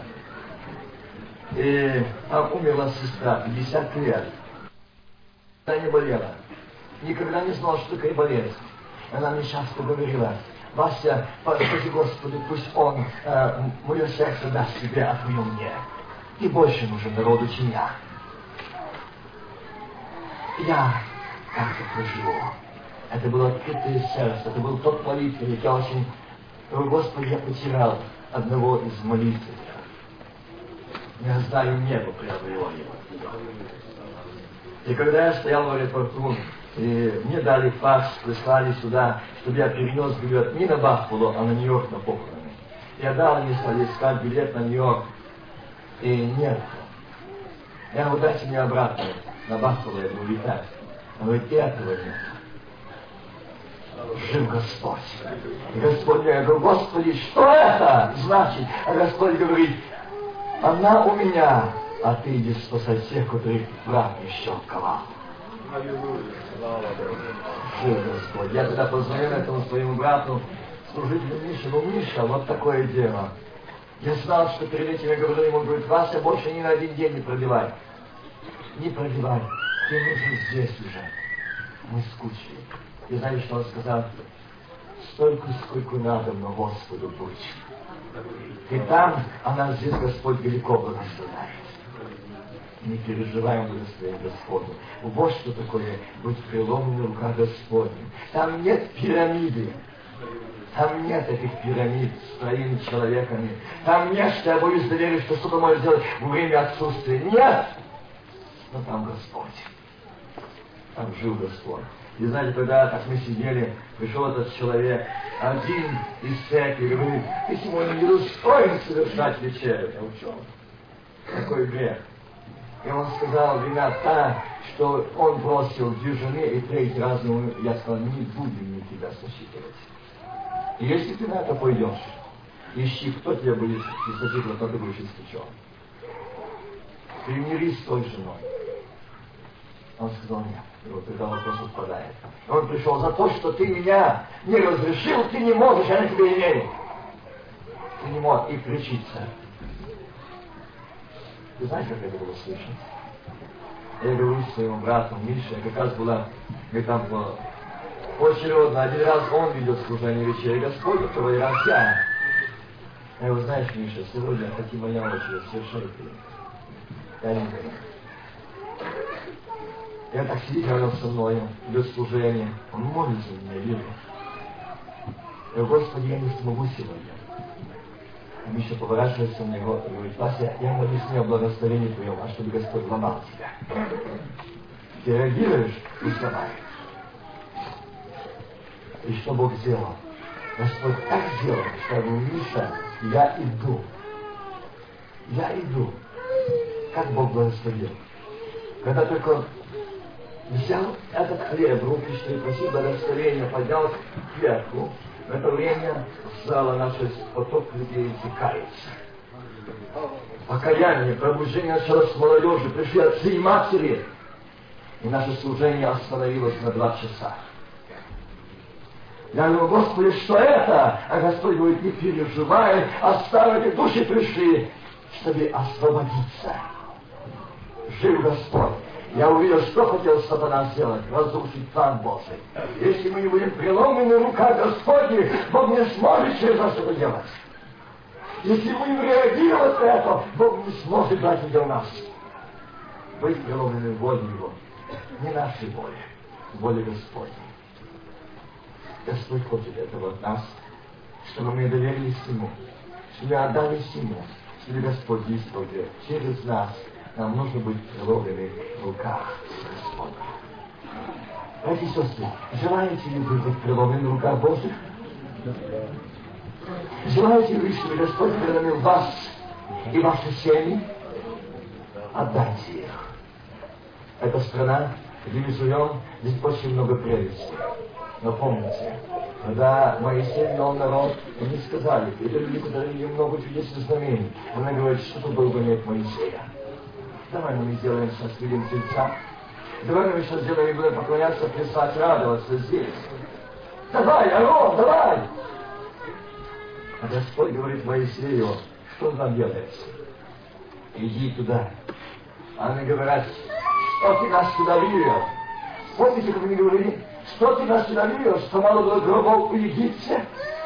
И там умерла сестра, пятьдесят лет. Она не болела. Никогда не знала, что такое болезнь. Она мне часто говорила: Вася, скажи Господу, пусть Он э, мое сердце даст себе, а твое мне. И больше нужен народу, чем я. Я как-то проживу. Это было открытое сердце, это был тот молитвенник. Я очень... Господи, я потерял одного из молитвенников. Я знаю, небо приобрело его. И когда я стоял в аэропорту, и мне дали факс, прислали сюда, чтобы я перенес билет не на Баффало, а на Нью-Йорк на похороны. Я дал, они стали искать билет на Нью-Йорк. И нет. Я говорю: дайте мне обратно на Баффало, я буду летать. Он говорит: и этого нет. Жив Господь. И Господь, я говорю, Господи, что это значит? А Господь говорит, она у меня, а ты иди спасай всех, которых брат еще ковал. Жив Господь. Я тогда позвонил этому своему брату, служителю Мише, ну Миша, вот такое дело. Я знал, что перед этим я говорил ему, говорит, Вася, больше ни на один день не пробивай. Не пробивай. Ты нужен здесь уже. Мы скучили. И знаешь, что он сказал? Столько, сколько надо, но Господу будь. И там, а нас здесь Господь велико благословляет. Не переживаем благословение Господу. Вот что такое быть преломленной рука Господня. Там нет пирамиды. Там нет этих пирамид, строений человеками. Там нет, что я боюсь доверить, что что-то может сделать во время отсутствия. Нет! Но там Господь. Там жил Господь. И знаете, когда так мы сидели, пришел этот человек, один из церкви, и говорит, ты сегодня не достоин совершать вечерю. Я учел. Какой грех. И он сказал, вина та, что он бросил две жены, и третий раз ему, я сказал, не будем мы тебя сосчитывать. И если ты на это пойдешь, ищи, кто тебя будет сосчитывать, то ты будешь исключен. Примирись с той женой. Он сказал, нет. И вот тогда вопрос отпадает. Он пришел за то, что ты меня не разрешил, ты не можешь, я на тебя имею. Ты не мог и кричиться. Ты знаешь, как это было слышно? Я говорю своему брату Мише, как раз была, мы там поочередно, один раз он ведет служение вечери Господь, второй раз я. Я говорю, знаешь, Миша, сегодня хотим моя очередь, совершенно ты. Я не говорю. Я так сидит рядом со мной, идет служение. Он молится за меня, вижу. Я говорю, Господи, я не смогу сегодня. И Миша поворачивается на него и говорит, Вася, я молюсь не о благословении твоем, а чтобы Господь ломал тебя. Ты реагируешь, уставай. И что Бог сделал? Господь так сделал, что я говорю, Миша, я иду. Я иду. Как Бог благословил. Когда только взял этот хлеб, руки, что и просил благословения, поднял кверху, в это время в зала начался поток людей текается. Покаяние, пробуждение началось с молодежи, пришли отцы и матери, и наше служение остановилось на два часа. Я говорю, Господи, что это? А Господь говорит, не переживай, оставили души пришли, чтобы освободиться. Жив Господь. Я увидел, что хотел сатана сделать, разрушить план Божий. Если мы не будем преломлены рука Господни, Бог не сможет через нас это делать. Если мы будем реагировать на это, Бог не сможет дать это у нас. Быть преломлены волей Его, не нашей воле, воле Господней. Господь хочет этого от нас, чтобы мы доверились Ему, чтобы мы отдались Ему, чтобы Господь действовал через нас. Нам нужно быть преломлены в руках Господа. Братья и сестры, желаете ли вы быть преломлены в руках Божьих? Желаете ли вы, чтобы Господь преломил вас и ваши семьи? Отдайте их. Эта страна, где мы живем, здесь очень много прелести. Но помните, когда Моисей вел народ, они сказали, это люди, которые имели много чудесных знамений. Она говорит, что тут долго нет Моисея. Давай мы сделаем сейчас видим тельца. Давай мы сейчас сделаем и будем поклоняться, плясать, радоваться здесь. Давай, Арон, давай! А Господь говорит Моисею, что он там делает? Иди туда. А они говорят, что ты нас сюда вывел? Помните, как они говорили? Что ты нас сюда вывел? Что мало было гробов в Египте?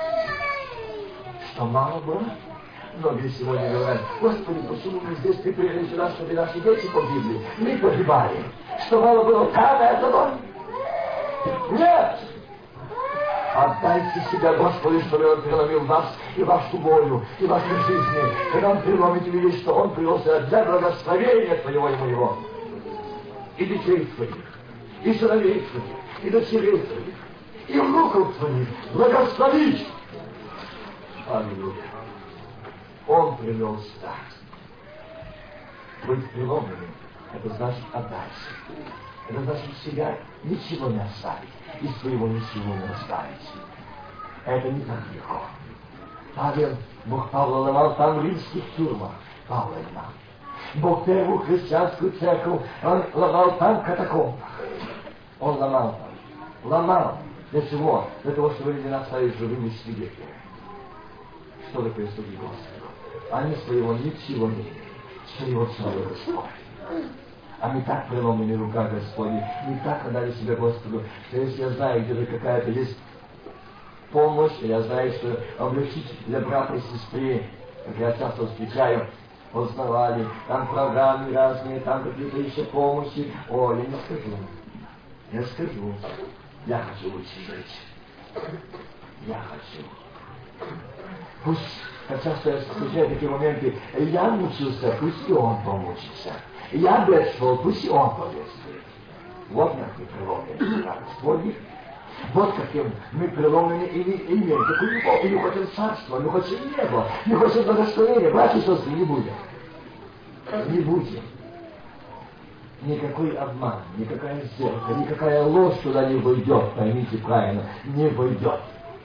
Что мало было? Многие сегодня говорят, Господи, почему мы здесь приехали сюда, чтобы наши дети погибли? Мы погибали. Что мало было там этого? Нет! Отдайте себя Господу, чтобы Он преломил вас и вашу волю, и вашу жизнь. Когда Он преломит, увидеть, что Он привел сюда для благословения Твоего и моего. И детей Твоих, и сыновей Твоих, и дочерей Твоих, и внуков Твоих благословить. Аллилуйя. Он привел сюда. Быть преломленным, это значит отдать. Это значит себя ничего не оставить, и своего ничего не оставить. Это не так легко. Павел, Бог Павла ломал там в римских тюрьмах. Павла ломал. Бог первую христианскую церковь, он ломал там в катакомбах. Он ломал там. Ломал. Для чего? Для того, чтобы люди остались живыми свидетелями. Что такое слуги Господа? Они своего ничего не имеют. Своего целого Господа. Они так преломлены в руках Господи, не так отдали себя Господу, что если я знаю, где-то какая-то есть помощь, я знаю, что облегчить для брата и сестры, как я часто встречаю, познавали, там программы разные, там какие-то еще помощи. О, я не скажу. Я скажу. Я хочу лучше жить. Я хочу. Пусть, как часто я встречаю такие моменты, я мучился, пусть и он помучится. Я бедствовал, пусть и он победствует. Вот как мы преломлены на Господних. Вот каким мы преломлены и имеем такую любовь, и не хотим царства, не хотим неба, не хотим благословения. Братья и сестры, не будем. Не будем. Никакой обман, никакая сделка, никакая ложь туда не войдет, поймите правильно, не войдет.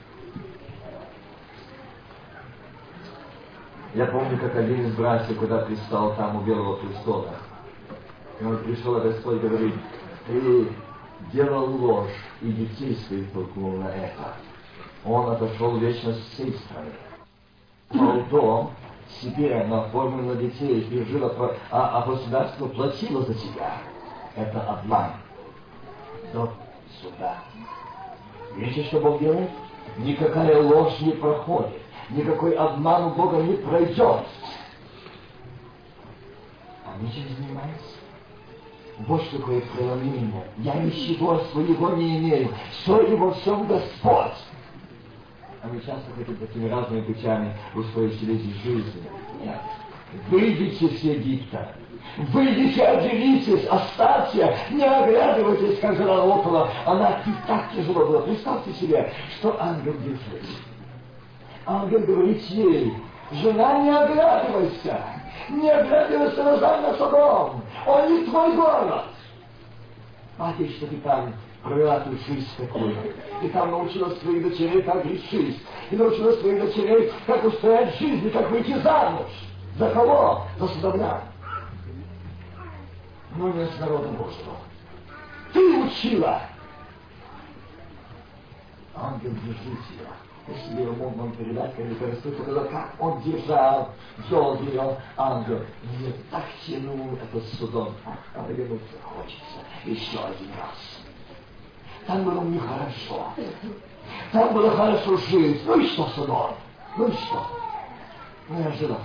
Я помню, как один из братьев, когда пристал там у Белого престола, и он пришел, а Господь говорит: ты делал ложь, и детей своих толкнул на это. Он отошел в вечность всей страны. Пал дом себе, оформил на детей, и жил, а, а государство платило за тебя. Это обман. До суда. Видите, что Бог делает? Никакая ложь не проходит. Никакой обман у Бога не пройдет. А мы чем занимаемся? Вот что такое преломление. Я ничего своего не имею. Все и во всем Господь. А мы часто хотим такими разными путями устроить себе жизнь. Нет. Выйдите с Египта. Выйдите, отделитесь, оставьте, не оглядывайтесь, как жена около. Она и так тяжело было. Представьте себе, что ангел держит. Ангел говорит ей: жена, не оглядывайся, не оглядывайся назад на Содом, он не твой город. Смотри, что ты там провела ту жизнь такую. Ты там научила своих дочерей, как грешить. Ты научила своих дочерей, как устроять жизнь и как выйти замуж. За кого? За садовня. Но не с народом Божьего. Ты учила. Ангел держит тебя. Если я мог вам передать, как я рассказал, как он держал, вел ее ангел. Мне так тянул этот судом. А повернуться хочется еще один раз. Там было нехорошо. Там было хорошо жить. Ну и что, судом? Ну и что? Ну я жила.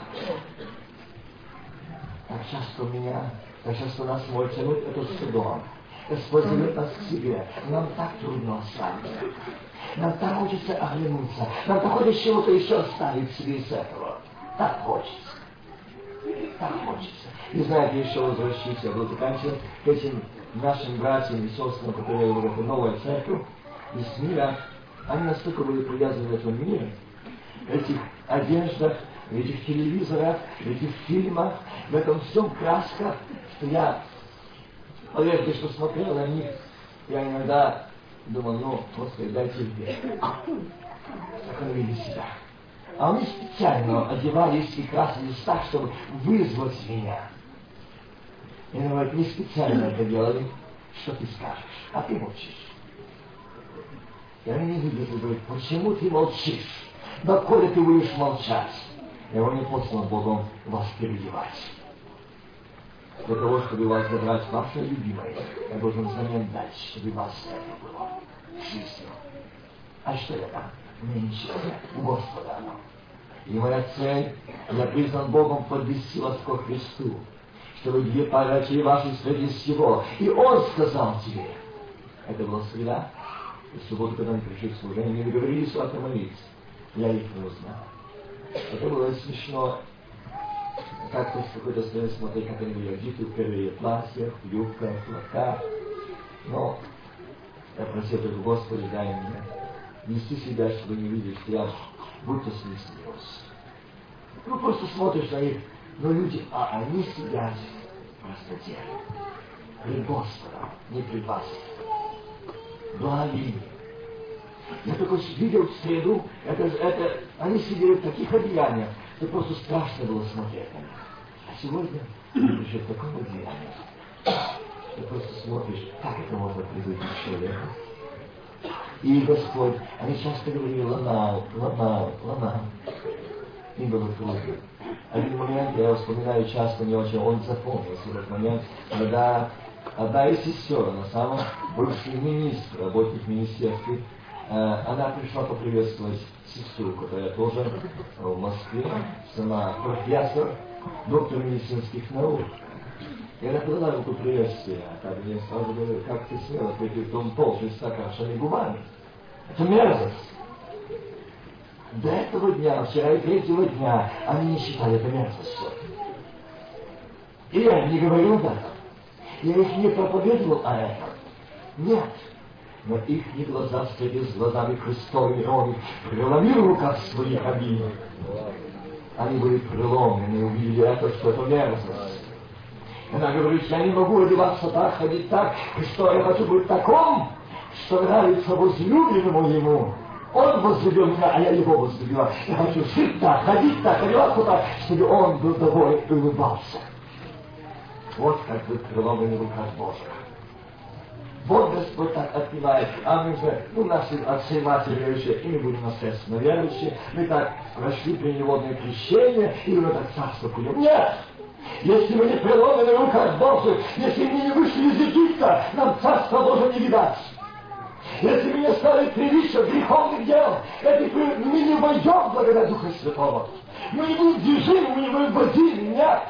Так часто у меня, так часто нас может тянуть этот судом. Господь зовет нас к себе. Нам так трудно оставить. Нам так хочется оглянуться. Нам так хочется чего-то еще оставить себе из этого. Так хочется. Так хочется. И знаете, еще возвращусь, я буду заканчивать к этим нашим братьям и сестрам, которые говорят, новая церковь из мира. Они настолько были привязаны в этом мире, в этих одеждах, в этих телевизорах, в этих фильмах, в этом всем красках, что я, поверьте, что смотрел на них, я иногда думал, ну, Господи, дай терпеть. Так они вели себя. А они специально одевались и красились так, чтобы вызвать меня. И говорят, не специально это делали, что ты скажешь, а ты молчишь. И они не выдержат, говорят, почему ты молчишь? Доколе ты будешь молчать? Я его не послан Богом вас переодевать. Для того, чтобы вас забрать ваше любимое, я должен взамен дать, чтобы вас это было жизнью. А что я там? Мне ничего нет. У Господа оно. И моя цель, я признан Богом подвести вас ко Христу, чтобы две пары ваши связались с Его. И Он сказал тебе. Это была среда. И в субботу, когда мы пришли в служение, мы договорились о молиться. Я их не узнал. Это было смешно. Как-то в какой-то стране смотреть, как они были одеты в первые платья, в юбках, в платках. Но я просил только, Господи, дай мне нести себя, чтобы не видеть, что я будто с них смеялся. Ну, просто смотришь на них, но люди, а они сидят в простоте. пред Господом, не пред вас. Благовение. Я только видел в среду, это, это, они сидели в таких одеяниях, что просто страшно было смотреть на них. А сегодня еще в таком одеянии. Ты просто смотришь, как это можно придумать человеку. И Господь, они часто говорили, ланал, ланал, ланал. Им было трудно. Один момент, я вспоминаю часто, не очень, он запомнился этот момент, когда одна из сестер, на самом бывший министр, работник министерства, она пришла поприветствовать сестру, которая тоже в Москве, сама профессор, доктор медицинских наук. И она подала руку приветствия, а так мне сразу говорю, как ты смела прийти в дом толще с накрашенными губами? Это мерзость. До этого дня, вчера и третьего дня, они не считали это мерзостью. И я не говорю об этом. Я их не проповедовал о этом. Нет. Но их глаза встретились с глазами Христовыми, он их преломил в руках своих обид. Они были преломлены и увидели это, что это мерзость. Она говорит, я не могу одеваться так, ходить так, и что я хочу быть таком, что нравится возлюбленному ему. Он возлюбил меня, а я его возлюбила. Я хочу жить так, ходить так, одеваться так, чтобы он был доволен и улыбался. Вот как быть преломлены в руках Божьих. Вот Господь так отпевает, а мы же, ну, наши отцы и матери верующие, и мы будем наследственно верующие, мы так прошли преневодное крещение, и мы так царство пойдем. Нет! Если мы не преломлены в руках Божьих, если мы не вышли из Египта, нам царство Божие не видать. Если мы не стали приличия греховных дел, это мы не войдем благодаря Духа Святого. Мы не будем движимы, мы не будем водимы, нет.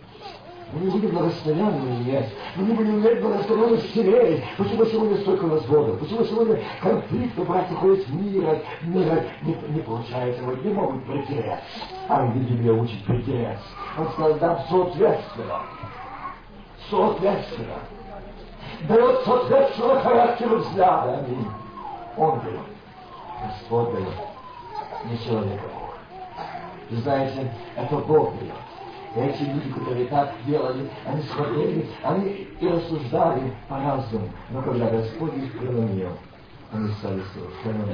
Мы не будем благословенными, нет. Мы не будем иметь благословенных семей. Почему сегодня столько разводов? Почему сегодня конфликты, братья, ходят в мир, мир не, не получается, вот не могут притереться. А где Библия учит притереться? Он сказал, да, соответственно. Соответственно. Дает соответственно характеру взгляда. Аминь. Он дает. Господь дает. Не человека Бог. Вы знаете, это Бог дает. Эти люди, которые так делали, они смотрели, они и рассуждали по-разному. Но когда Господь их преломил, они стали совершенно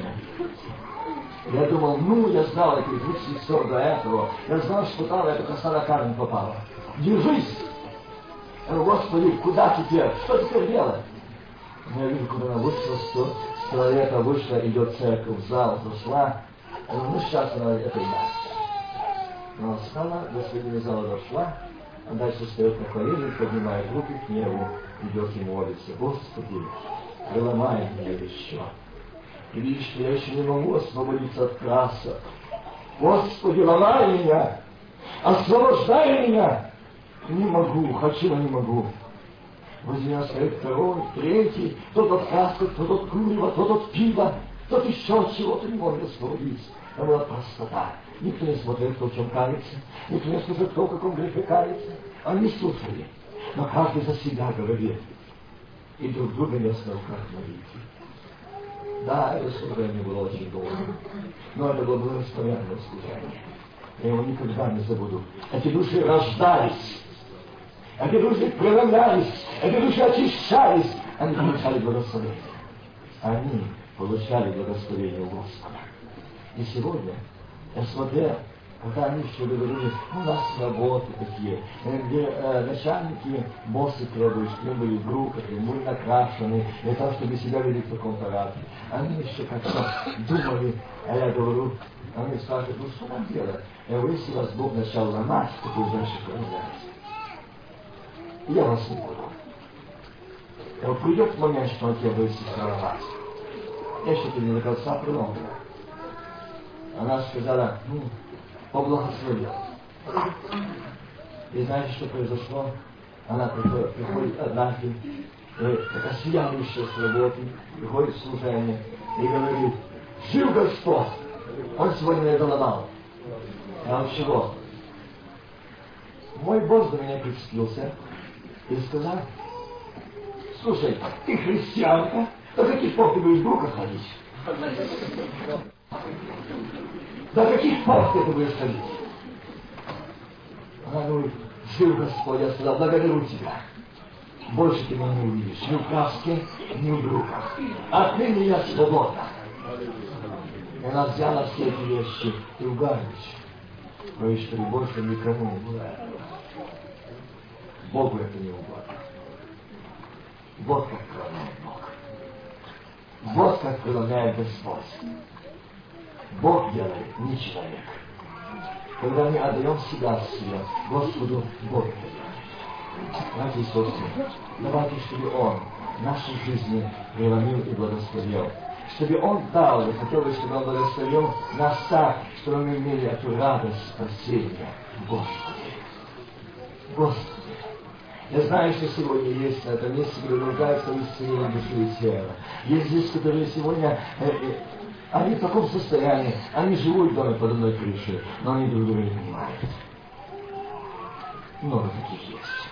новыми. Я думал, ну, я знал этих двух сестер до этого. Я знал, что там эта коса на камень попала. Держись! Господи, куда теперь? Что теперь делать? Но я вижу, когда она вышла, что человека вышла, идет церковь, в зал, зашла. Ну, сейчас она это и даст. Она встала, до середины зала дошла, а дальше встает на колени, поднимает руки к небу, идет и молится. Господи, преломай меня еще. Ты видишь, что я еще не могу освободиться от красок. Господи, ломай меня, освобождай меня. Не могу, хочу, но не могу. Возле меня стоит второй, третий, тот от красок, тот от курева, тот от пива, тот еще от чего-то не может освободиться. Это была простота. Никто не смотрел, кто в чем кается. Никто не слушал, кто в каком грехе кается. Они слушали. Но каждый за себя говорит. И друг друга место в руках молитвы. Да, это служение было очень долго. Но это было благословенное служение. Я его никогда не забуду. Эти души рождались. Эти души преломлялись. Эти души очищались. Они получали благословение. Они получали благословение у Господа. И сегодня я смотрел, когда они еще говорили, у нас работы такие, где э, начальники боссы требуют, чтобы были в руках, были накрашены, для того, чтобы себя вели в таком-то разе. Они еще как-то думали, а я говорю, они скажут, ну что нам делать? Я говорю, если вас Бог начал ломать, то вы дальше проявляете. Я вас не буду. И вот придет момент, что он тебя будет ломать. Я еще тебе до конца приломлю. Она сказала, ну, поблагословил. И знаете, что произошло? Она приходит, приходит однажды, такая сияющая с работы, приходит в служение и говорит, жив Господь, Он сегодня меня доломал. Я вам чего? Мой Бог за меня прицепился и сказал, слушай, ты христианка, до каких пор ты будешь в руках ходить? До каких пор ты будешь ходить? Она говорит, жив Господь, я сказал, благодарю тебя. больше ты меня не увидишь. Ни в краске, ни в брюках. Отныне я свободна. И она взяла все эти вещи и угадываешь. Но и что больше никому не было этого. Богу это не угодно. Вот как прелагает Бог. Вот как прелагает Господь. Бог делает, не человек. Когда мы отдаем себя в свет Господу, Бог это делает. Братья и сестры, давайте, чтобы Он в нашей жизни преломил и благословил. Чтобы Он дал, я хотел бы, чтобы Он благословил нас так, чтобы мы имели эту радость спасения. Господи. Господи. Я знаю, что сегодня есть на этом месте, где нуждаются в исцелении души и тела. Есть здесь, которые сегодня, э, э, они в таком состоянии, они живут в доме под одной крышей, но они друг друга не понимают. Много таких есть.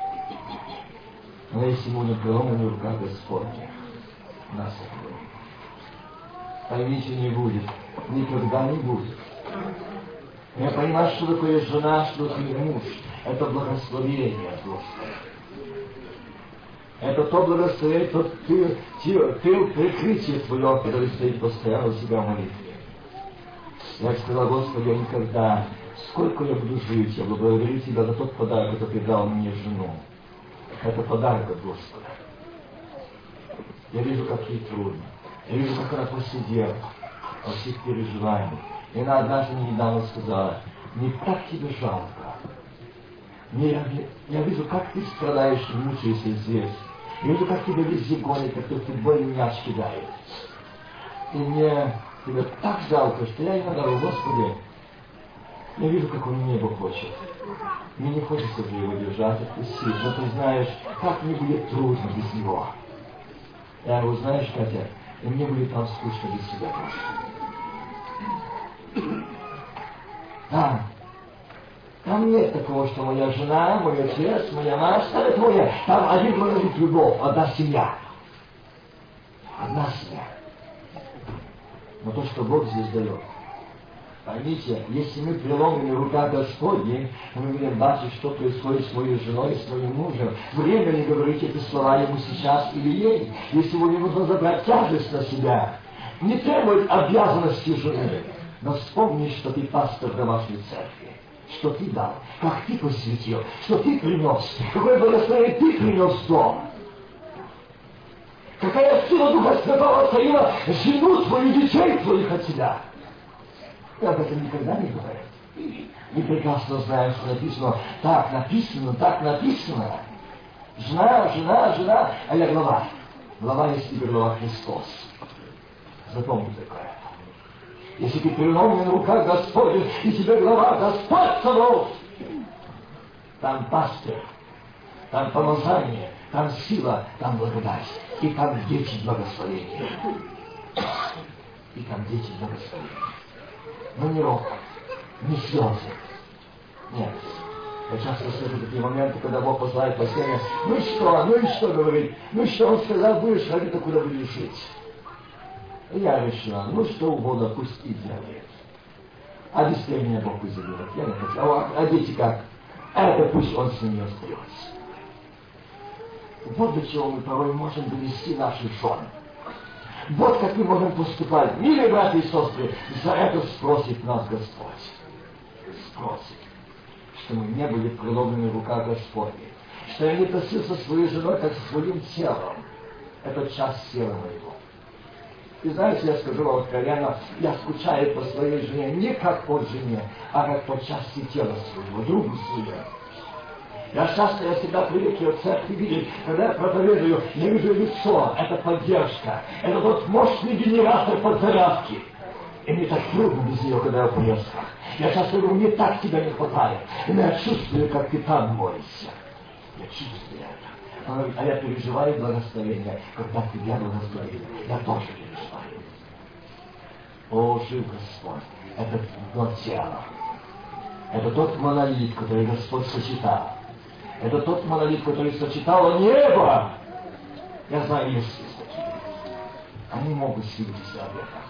Но есть сегодня преломленные в руках Господня. Нас это. Поймите, не будет. Никогда не будет. Я понимаю, что такое жена, что такое муж. Это благословение от Господа. Это то благословение, то ты, ты, ты прикрытие твое, которое стоит постоянно у себя в молитве. Я сказал, Господи, я никогда, сколько я буду жить, я буду благодарить Тебя за тот подарок, который ты дал мне жену. Это подарок от Господа. Я вижу, как ей трудно. Я вижу, как она посидела во всех переживаниях. И она однажды мне недавно сказала, мне так тебе жалко. Мне, я, я вижу, как ты страдаешь и мучаешься здесь. Я вижу, как тебя везде гонят, как кто футбольный мяч кидает. И мне тебя так жалко, что я иногда говорю, Господи, я вижу, как он небо хочет. Мне не хочется уже его держать, отпустить, но ты знаешь, как мне будет трудно без него. Я говорю, знаешь, Катя, и мне будет там скучно без себя тоже. Да. Там нет такого, что моя жена, мой отец, моя мать, это твоя. Там один говорит любовь, одна семья. Одна семья. Но то, что Бог здесь дает. Поймите, если мы преломлены в руках Господней, мы будем бачить, что происходит с моей женой, с моим мужем. Время ли говорить эти слова ему сейчас или ей? Если ему не нужно забрать тяжесть на себя, не требует обязанности жены, но вспомни, что ты пастор домашней церкви, что ты дал, как ты посвятил, что ты принес, какое благословение ты принес в дом. Какая сила Духа Святого отстояла жену твою, детей твоих от тебя. И об этом никогда не говорят. Мы прекрасно знаем, что написано, так написано, так написано. Жена, жена, жена, а я глава. Глава есть тебе глава Христос. Запомни такое. Если ты преломлен в руках Господня, и тебе глава Господь Саваоф, там пастырь, там помазание, там сила, там благодать, и там дети благословения. И там дети благословения. Но не рок, не слезы. Нет. Я часто слышу такие моменты, когда Бог посылает послание. Ну и что? Ну и что говорит? Ну и что он сказал, будешь ходить, а куда будешь жить? И я решила, ну что угодно, пусть и делает. А без меня Бог пусть заберет. Я не хочу. А, а дети как? Это пусть он с ними остается. Вот до чего мы порой можем довести наших жен. Вот как мы можем поступать. Милые братья и сестры, за это спросит нас Господь. Спросит. Что мы не были преломлены в руках Господней. Что я не просил со своей женой, как со своим телом. Это часть тела моего. И знаете, я скажу вам откровенно, я скучаю по своей жене не как по жене, а как по части тела своего, другу своему. Я часто, я всегда привык ее в церкви видеть, когда я проповедую, я вижу лицо, это поддержка, это тот мощный генератор подзарядки. И мне так трудно без нее, когда я в поездках. Я часто говорю, мне так тебя не хватает. И я чувствую, как ты там молишься. Я чувствую это. Она говорит, а я переживаю благословение, когда тебя благословили. Я тоже переживаю. О, жив Господь, это одно тело. Это тот монолит, который Господь сочетал. Это тот монолит, который сочетало небо. Я знаю, есть здесь такие. Они могут свидетельствовать об этом.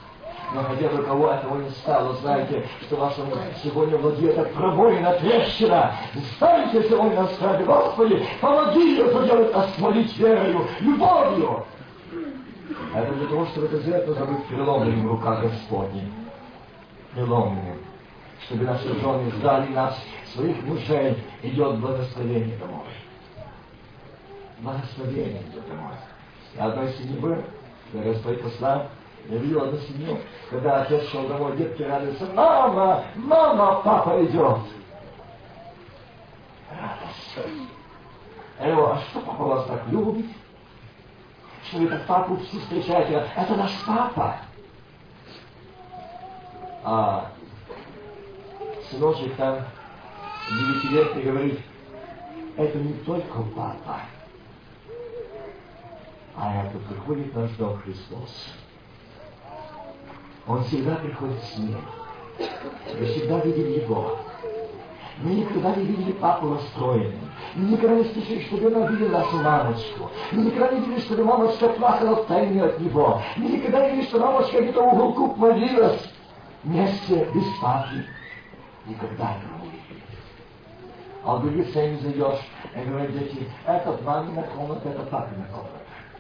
Но хотя бы кого этого не стало, знаете, что вашему сегодня владеет эта пробоина, трещина. Станьте сегодня на страже, Господи, помоги ее поделать, осмотреть верою, любовью. Это для того, чтобы это зеркало быть переломленным в руках Господней. Переломленным. Чтобы наши жены ждали нас, своих мужей, идет благословение домой. Благословение идет домой. И одной семьи был, когда Господь послал, я видел одну семью, когда отец шел домой, детки радуются: мама, мама, папа идет. Радость. А его: а что папа вас так любит? Что вы так папу встречаете? Это наш папа. А сыночек там, девятилетний, говорит: это не только папа, а это приходит наш дом Христос. Он всегда приходит с ним. Мы всегда видели его. Мы никогда не видели папу расстроенным. Мы никогда не слышали, чтобы он обидел нашу мамочку. Мы никогда не видели, чтобы мамочка плакала в тайне от него. Мы никогда не видели, что мамочка где-то в уголку молилась вместе без папы. Никогда не видели. А в других семьях зайдешь и говорят дети: это мамина комната, это папина комната.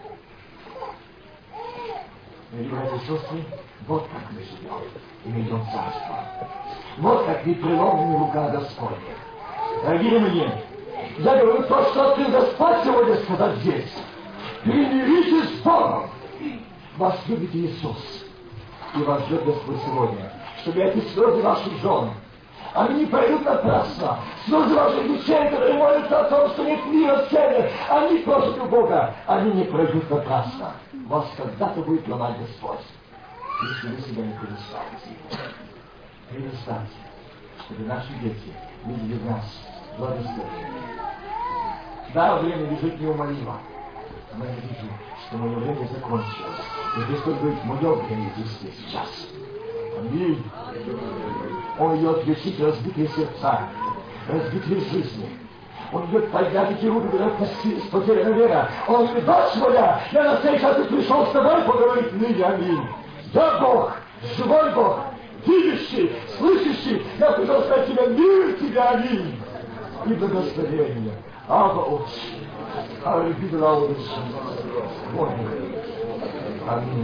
Мои братья и сестры, вот как мы живем, и мы идем в царство. Вот как мы преломлены в руках Господня. Дорогие мои, я говорю то, что открыл Господь сегодня сказать здесь. Примиритесь с Богом. Вас любит Иисус. И вас ждет Господь сегодня, чтобы эти слезы ваших жен, они не пройдут напрасно. Слезы ваших детей, которые молятся о том, что нет мира в теле, они просят у Бога, они не пройдут напрасно. Вас когда-то будет ломать Господь, если вы себя не предоставите. Предоставьте, чтобы наши дети видели в нас благословение. Да, время бежит неумолимо, но я вижу, что мое время закончилось. И Христос говорит: мое время здесь сейчас. Аминь. Он идет лечить разбитые сердца, разбитые жизни. Он идет поднять эти руки, которые опустились, потеряна вера. Он говорит: дочь моя, я на сей час и пришел с тобой поговорить ныне. Аминь. Я Бог, живой Бог, видящий, слышащий. Я пришел сказать тебе: мир тебе, аминь. И благословение. Ава Отче, Арби Лаудыш, Бог. Аминь.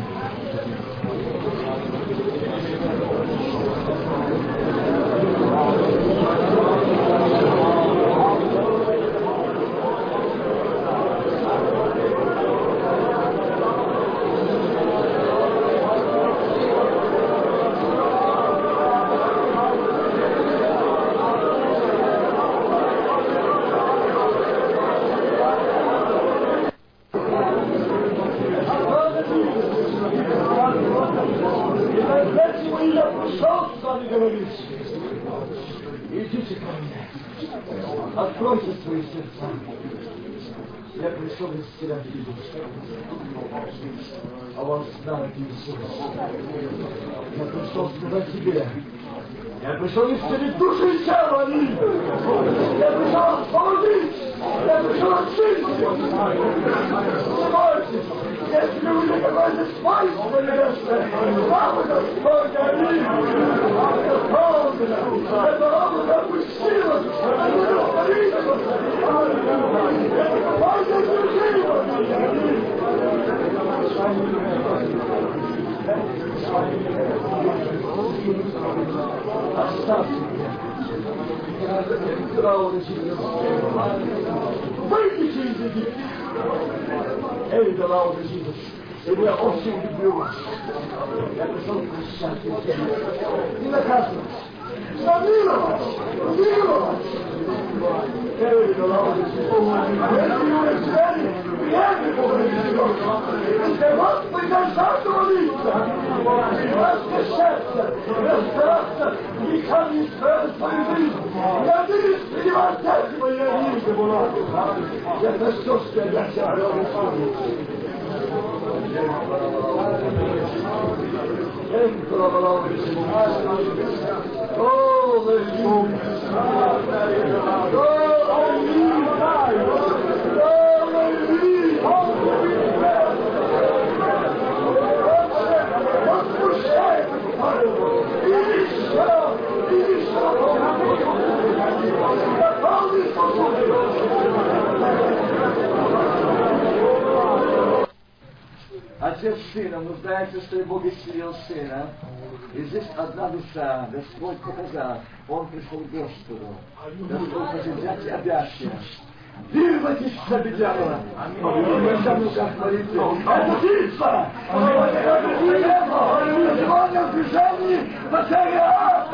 Идите ко мне, откройте свои сердца. Я пришел исцелять Иисус, а он знает Иисус. Я пришел сказать тебе: я пришел исцелить душу и тело, аминь. Я пришел освободить, я пришел очистить. Смойтесь, если вы не какой-то смойте, небесное, слава Господь, аминь. Это ровно допустило, это благословение, это попадание служива, аминь. Оставьте меня. Выйдите из Египта. Эй, да лауда Иисус, ибо я очень люблю вас. Я пришел прощать и наказывать, замиловать, миловать. Эй, да лауда Иисус, если вы уезжали, приятно говорите, если Господь жажду лица, воскрешаться, расстараться, никак не исправить свою жизнь. Я вижу, среди вас дядь моя нижняя была. Я за все, что я для себя говорю. Возмущает Отец Сыном нуждается, что и Бог исцелил Сына. И здесь одна душа, Господь показал, Он пришел к Господу. Господь хочет взять обязки. Вырвать из себя дьявола! Мы сам в руках молитвы. Это птица! Сегодня в движении Бацария!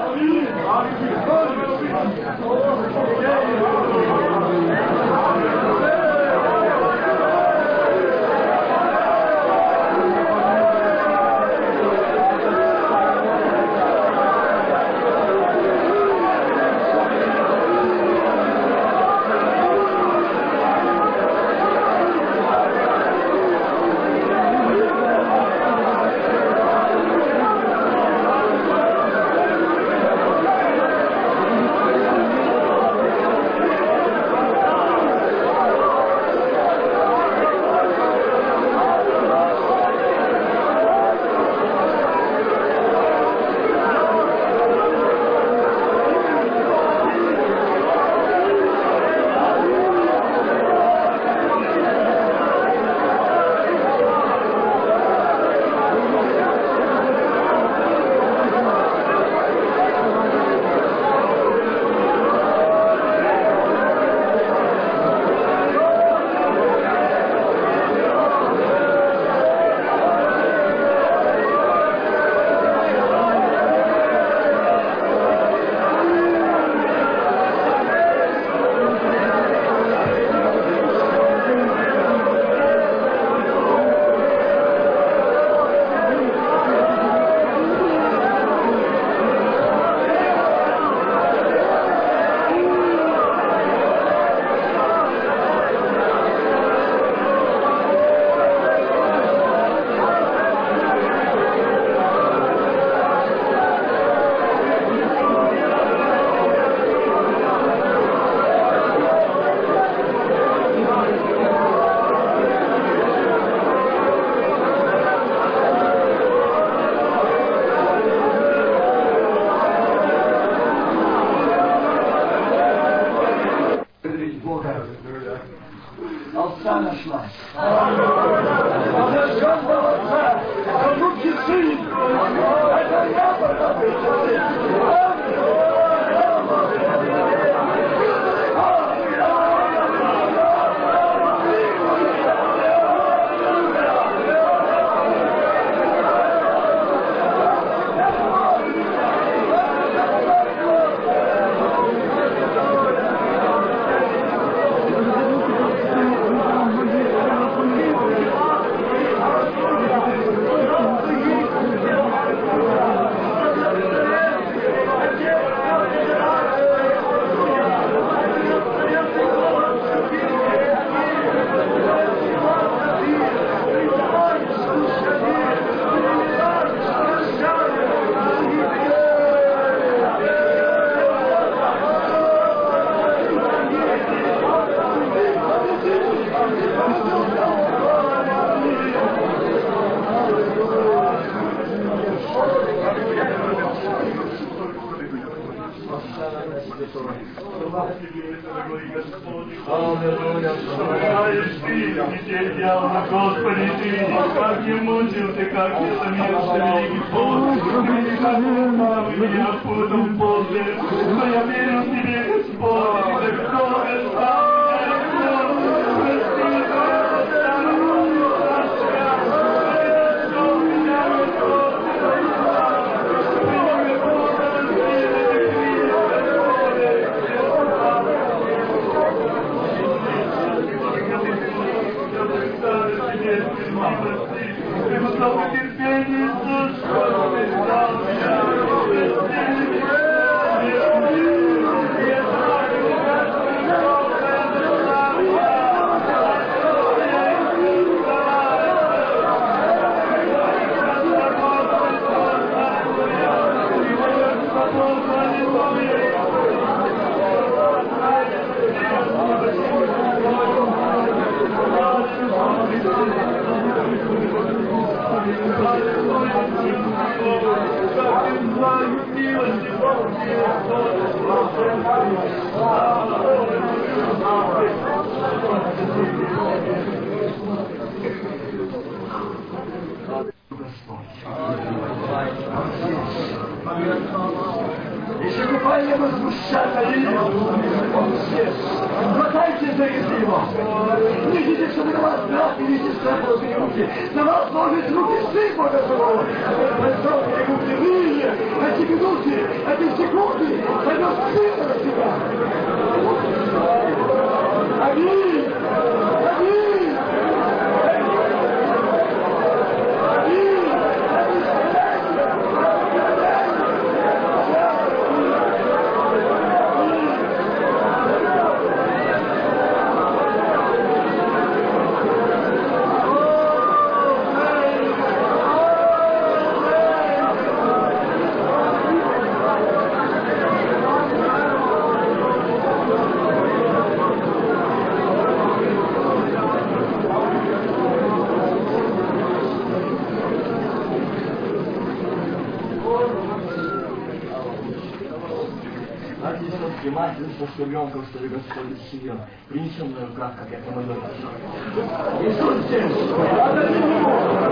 Еще купальня возмущенно видит, он здесь. Хватайте за его. Видите, что на вас брат или сестра положили руки. На вас ложит руки сын Бога живого. Большой перегубки выйдет. Эти минуты, эти секунды пойдет сына на себя. Аминь! Аминь! Материнство с ребенком, что ли, Господь исцелил. Принесем на руках, как это мы Иисус здесь!